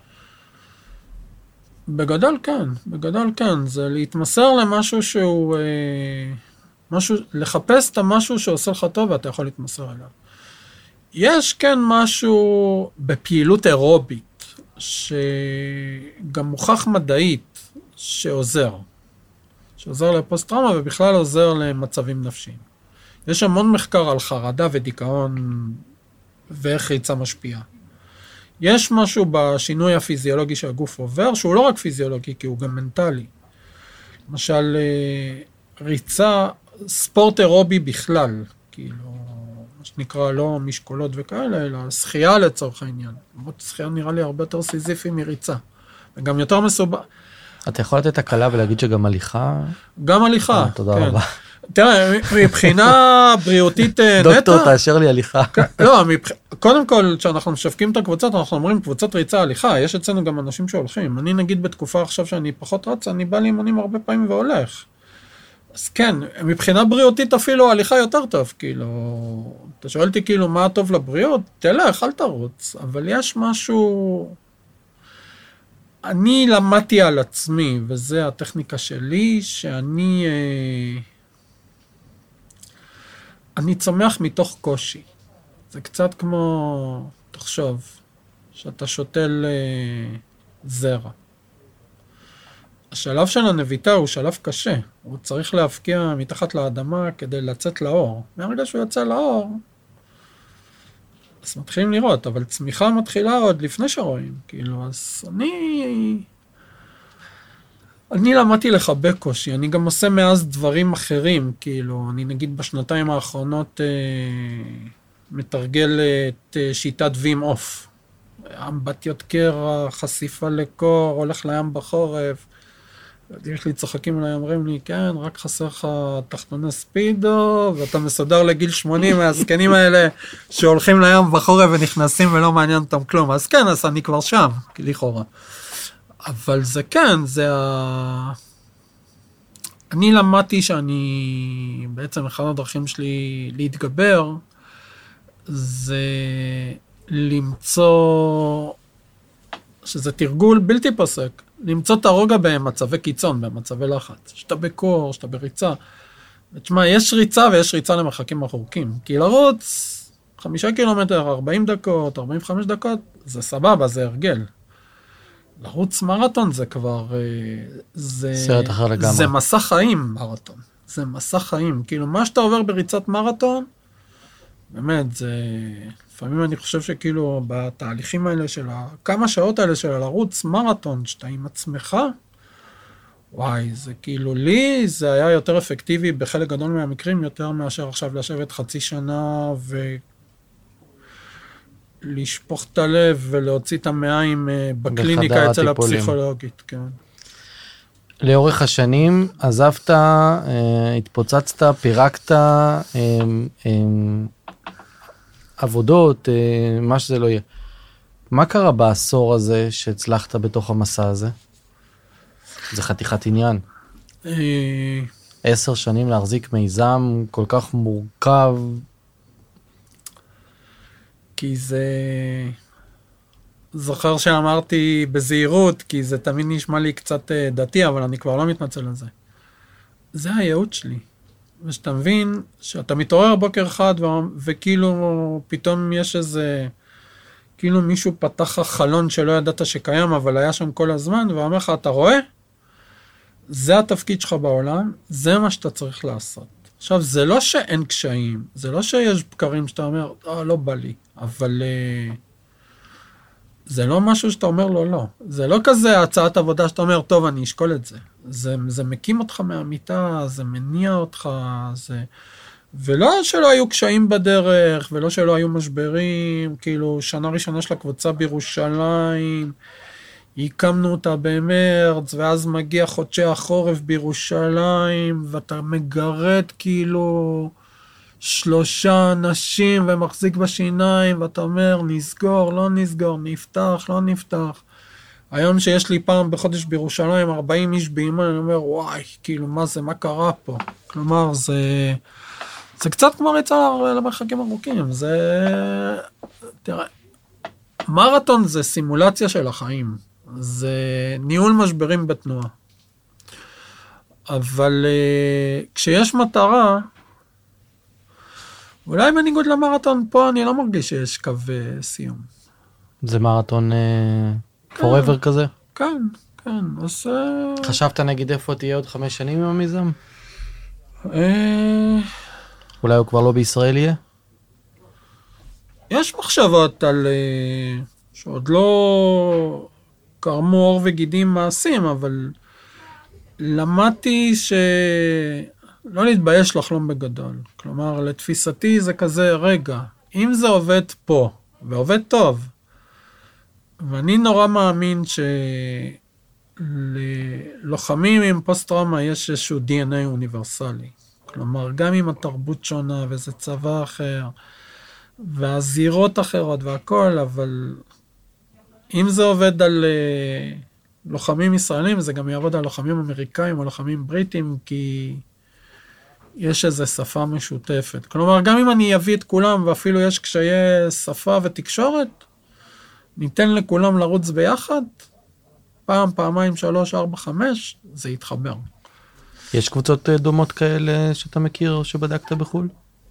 בגדול כן, זה להתמסר למשהו שהוא, לחפש את המשהו שעושה לך טוב ואתה יכול להתמסר אליו. יש כן משהו בפעילות אירובית, שגם מוכח מדעית שעוזר לפוסט-טראומה ובכלל עוזר למצבים נפשיים. יש המון מחקר על חרדה ודיכאון ואיך ריצה משפיעה. יש משהו בשינוי הפיזיולוגי שהגוף עובר, שהוא לא רק פיזיולוגי, כי הוא גם מנטלי. למשל, ריצה, ספורט אירובי בכלל, כאילו, מה שנקרא לא משקולות וכאלה, אלא שחייה לצורך העניין. למרות שחייה נראה לי הרבה יותר סיזיפי מריצה, וגם יותר מסובך. אתה יכול לתת הקלה ולהגיד שגם הליכה? גם הליכה, תודה כן. רבה. תראה, מבחינה בריאותית נטה... דוקטור, תאשר לי הליכה. לא, קודם כל, כשאנחנו משווקים את הקבוצות, אנחנו אומרים קבוצת ריצה, הליכה, יש אצלנו גם אנשים שהולכים. אני נגיד בתקופה עכשיו שאני פחות רץ, אני בא לאימונים הרבה פעמים והולך. אז כן, מבחינה בריאותית אפילו הליכה יותר טוב, כאילו, אתה שואל אותי כאילו מה טוב לבריאות? תלך, אל תרוץ, אבל יש משהו... אני למדתי על עצמי, וזה הטכניקה שלי, שאני... אני צומח מתוך קושי. זה קצת כמו, תחשוב, שאתה שותל זרע. השלב של הנביטה הוא שלב קשה. הוא צריך להפקיע מתחת לאדמה כדי לצאת לאור. מהרגע שהוא יוצא לאור, אז מתחילים לראות, אבל צמיחה מתחילה עוד לפני שרואים. כאילו, אז אני למדתי לחבק קושי, אני גם עושה מאז דברים אחרים, כאילו, אני נגיד בשנתיים האחרונות מתרגל את שיטת וים אוף. אמבטיות קרח, חשיפה לקור, הולך לים בחורף. יש לי צוחקים אליי, אומרים לי, כן, רק חסר לך תחתוני ספידו, ואתה מסודר לגיל 80 מהזקנים האלה שהולכים לים בחורף ונכנסים ולא מעניין אותם כלום. אז כן, אז אני כבר שם, לכאורה. אבל זה כן, אני למדתי שאני, בעצם אחד הדרכים שלי להתגבר, זה למצוא, שזה תרגול בלתי פוסק, למצוא את הרוגע במצבי קיצון, במצבי לחץ, שאתה בקור, שאתה בריצה. תשמע, יש ריצה ויש ריצה למרחקים ארוכים, כי לרוץ 5 קילומטר, 40 דקות, 45 דקות, זה סבבה, זה הרגל. לרוץ מרתון זה כבר, סרט אחר לגמרי. זה מסע חיים מרתון, זה מסע חיים, כאילו מה שאתה עובר בריצת מרתון, באמת זה, לפעמים אני חושב שכאילו בתהליכים האלה של כמה שעות האלה של לרוץ מרתון, שאתה עם עצמך, וואי, זה כאילו לי, זה היה יותר אפקטיבי בחלק גדול מהמקרים, יותר מאשר עכשיו לשבת חצי שנה לשפוך את הלב ולהוציא את המעיים בקליניקה אצל הפסיכולוגית, כן. לאורך השנים עזבת, התפוצצת, פירקת, עבודות, מה שזה לא יהיה. מה קרה בעשור הזה שהצלחת בתוך המסע הזה? זה חתיכת עניין. 10 שנים להחזיק מיזם כל כך מורכב. כי זה... זוכר שאמרתי בזהירות, כי זה תמיד נשמע לי קצת דתי, אבל אני כבר לא מתנצל על זה. זה הייעוד שלי. ושאתה מבין שאתה מתעורר בוקר אחד, וכאילו פתאום יש איזה... כאילו מישהו פתח חלון שלא ידעת שקיים, אבל היה שם כל הזמן, ואומר לך, אתה רואה? זה התפקיד שלך בעולם, זה מה שאתה צריך לעשות. עכשיו, זה לא שאין קשיים, זה לא שיש בקרים שאתה אומר, לא בא לי, אבל זה לא משהו שאתה אומר לו לא. זה לא כזה הצעת עבודה שאתה אומר, טוב, אני אשקול את זה. זה מקים אותך מהמיטה, זה מניע אותך, זה... ולא שלא היו קשיים בדרך, ולא שלא היו משברים, כאילו שנה ראשונה של הקבוצה בירושלים, הקמנו אותה במרץ, ואז מגיע חודשי החורף בירושלים, ואתה מגרד כאילו 3 אנשים ומחזיק בשיניים, ואתה אומר, נסגור, לא נסגור, נפתח, לא נפתח. היום שיש לי פעם בחודש בירושלים 40 איש באימון, אני אומר, וואי, כאילו מה זה, מה קרה פה? כלומר, זה קצת כמו ריצה למרחקים ארוכים, תראה, מרתון זה סימולציה של החיים, זה ניהול משברים בתנועה. אבל כשיש מטרה, אולי בניגוד למרתון פה אני לא מרגיש שיש קו סיום. זה מרתון forever כזה? כן, כן. אז חשבת נגיד איפה תהיה עוד 5 שנים עם המיזם? אולי הוא כבר לא בישראל יהיה? יש מחשבות על שעוד לא קרמו עור וגידים מעשים, אבל למדתי שלא להתבייש לחלום בגדול. כלומר, לתפיסתי זה כזה, רגע, אם זה עובד פה, ועובד טוב, ואני נורא מאמין שללוחמים עם פוסט-טראומה יש איזשהו DNA אוניברסלי. כלומר, גם אם התרבות שונה וזה צבא אחר, והזירות אחרות והכל, אבל אם זה עובד על לוחמים ישראלים, זה גם יעבוד על לוחמים אמריקאים או לוחמים בריטים, כי יש איזו שפה משותפת. כלומר, גם אם אני אביא את כולם, ואפילו יש קשיי שפה ותקשורת, ניתן לכולם לרוץ ביחד, פעם, פעמיים, 3, 4, 5, זה יתחבר. יש קבוצות דומות כאלה שאתה מכיר או שבדקת בחו"ל?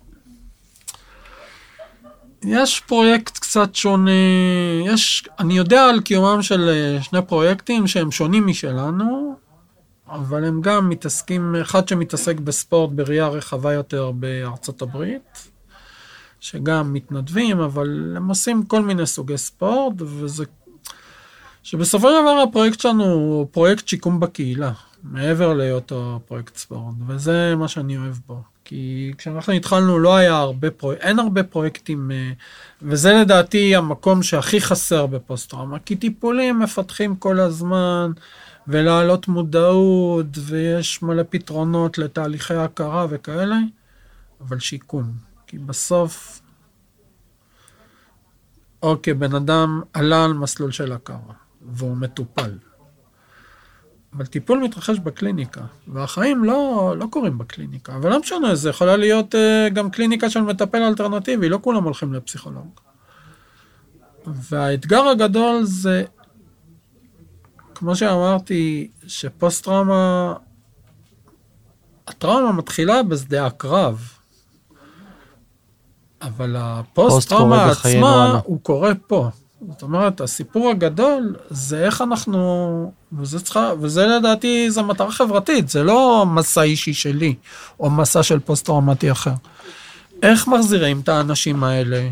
יש פרויקט קצת שונה, אני יודע על קיומם של 2 פרויקטים שהם שונים משלנו, אבל הם גם מתעסקים, אחד שמתעסק בספורט בראייה רחבה יותר בארצות הברית, שגם מתנדבים, אבל הם עושים כל מיני סוגי ספורט, וזה, שבסופו של דבר הפרויקט שלנו הוא פרויקט שיקום בקהילה, מעבר לאותו פרויקט ספורט, וזה מה שאני אוהב בו. כי כשאנחנו התחלנו לא היה אין הרבה פרויקטים, וזה לדעתי המקום שהכי חסר בפוסט-טראומה, כי טיפולים מפתחים כל הזמן, ולהעלות מודעות, ויש מלא פתרונות לתהליכי הכרה וכאלה, אבל שיקום. כי בסוף, אוקיי, בן אדם עלה על מסלול של הכרה, והוא מטופל. אבל טיפול מתרחש בקליניקה, והחיים לא קורים בקליניקה, אבל לא משנה, זה יכולה להיות גם קליניקה של מטפל אלטרנטיבי, לא כולם הולכים לפסיכולוג. והאתגר הגדול זה, כמו שאמרתי, שפוסט-טראומה, הטראומה מתחילה בשדה הקרב, אבל הפוסט-טראומה עצמה הוא קורה פה. זאת אומרת, הסיפור הגדול זה איך אנחנו, וזה לדעתי, זה מטרה חברתית, זה לא מסע אישי שלי, או מסע של פוסט-טראומטי אחר. איך מחזירים את האנשים האלה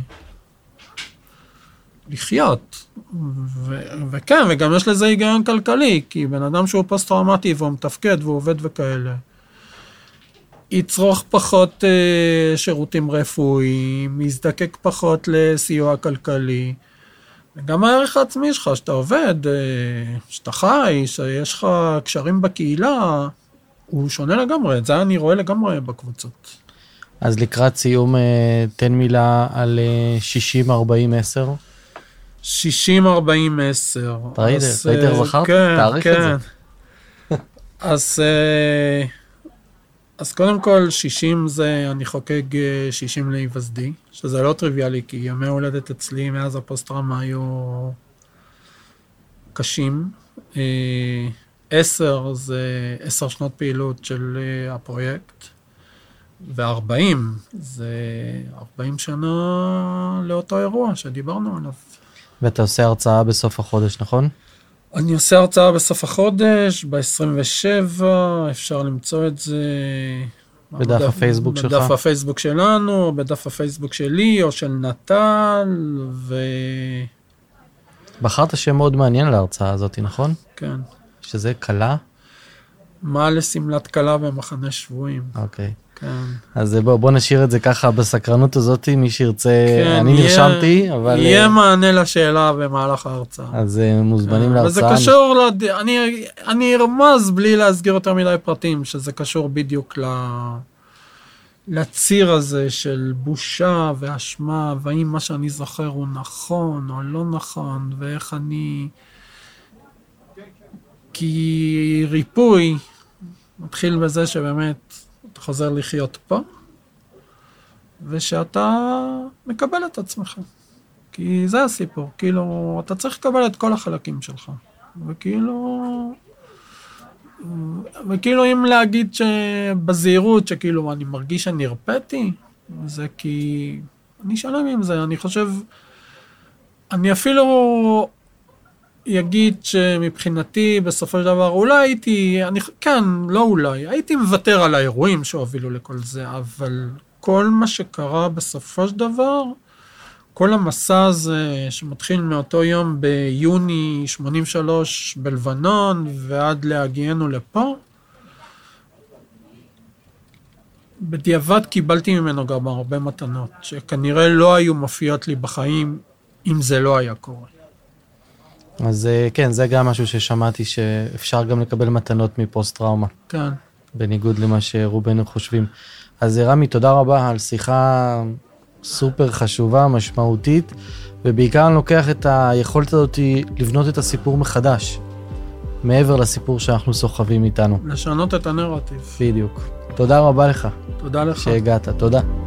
לחיות? וכן, וגם יש לזה היגיון כלכלי, כי בן אדם שהוא פוסט-טראומטי והוא מתפקד והוא עובד וכאלה, יצרוך פחות שירותים רפואיים, יזדקק פחות לסיוע כלכלי, וגם הערך העצמי שלך, שאתה עובד, שאתה חי, שיש לך קשרים בקהילה, הוא שונה לגמרי, את זה אני רואה לגמרי בקבוצות. אז לקראת סיום, תן מילה על 60-40-10. 60-40-10. ראית איך זכרת? תאריך את זה. אז קודם כל, 60 זה, אני חוקק 60 להיווסדי, שזה לא טריוויאלי, כי ימי הולדת אצלי מאז הפוסט-טראומה היו קשים. 10 זה 10 שנות פעילות של הפרויקט, ו-40 זה 40 שנה לאותו אירוע שדיברנו עליו. ואתה עושה הרצאה בסוף החודש, נכון? אני עושה הרצאה בסוף החודש, ב-27, אפשר למצוא את זה בדף הפייסבוק שלך. בדף הפייסבוק שלנו, בדף הפייסבוק שלי או של נטל, בחרת שם מאוד מעניין להרצאה הזאת, נכון? כן. שזה קלה? מה לסמלת קלה במחנה שבויים. אוקיי. כן. אז בוא נשאיר את זה ככה בסקרנות הזאת, מי שירצה, כן, אני נרשמתי, אבל... יהיה מענה לשאלה במהלך ההרצאה. אז מוזמנים להרצאה. וזה קשור, אני ארמז בלי להסגיר יותר מדי פרטים, שזה קשור בדיוק לציר הזה של בושה ואשמה, והאם מה שאני זוכר הוא נכון או לא נכון, ואיך אני... כי ריפוי מתחיל בזה שבאמת אתה חוזר לחיות פה, ושאתה מקבל את עצמך. כי זה הסיפור, כאילו, אתה צריך לקבל את כל החלקים שלך. וכאילו אם להגיד שבזהירות, שכאילו אני מרגיש שאני הרפאתי, זה כי אני שלם עם זה, אני חושב, אני אפילו יגיד שמבחינתי בסופו של דבר, אולי הייתי, כן, לא אולי, הייתי מוותר על האירועים שהובילו לכל זה, אבל כל מה שקרה בסופו של דבר, כל המסע הזה שמתחיל מאותו יום ביוני 83 בלבנון ועד להגיענו לפה, בדיעבד קיבלתי ממנו גם הרבה מתנות, שכנראה לא היו מופיעות לי בחיים אם זה לא היה קורה. אז כן, זה גם משהו ששמעתי שאפשר גם לקבל מתנות מפוסט-טראומה. כן. בניגוד למה שרובנו חושבים. אז רמי, תודה רבה על שיחה סופר חשובה, משמעותית, ובעיקר אני לוקח את היכולת הזאת לבנות את הסיפור מחדש, מעבר לסיפור שאנחנו סוחבים איתנו. לשנות את הנרטיב. בדיוק. תודה רבה לך. תודה לך. שהגעת, תודה.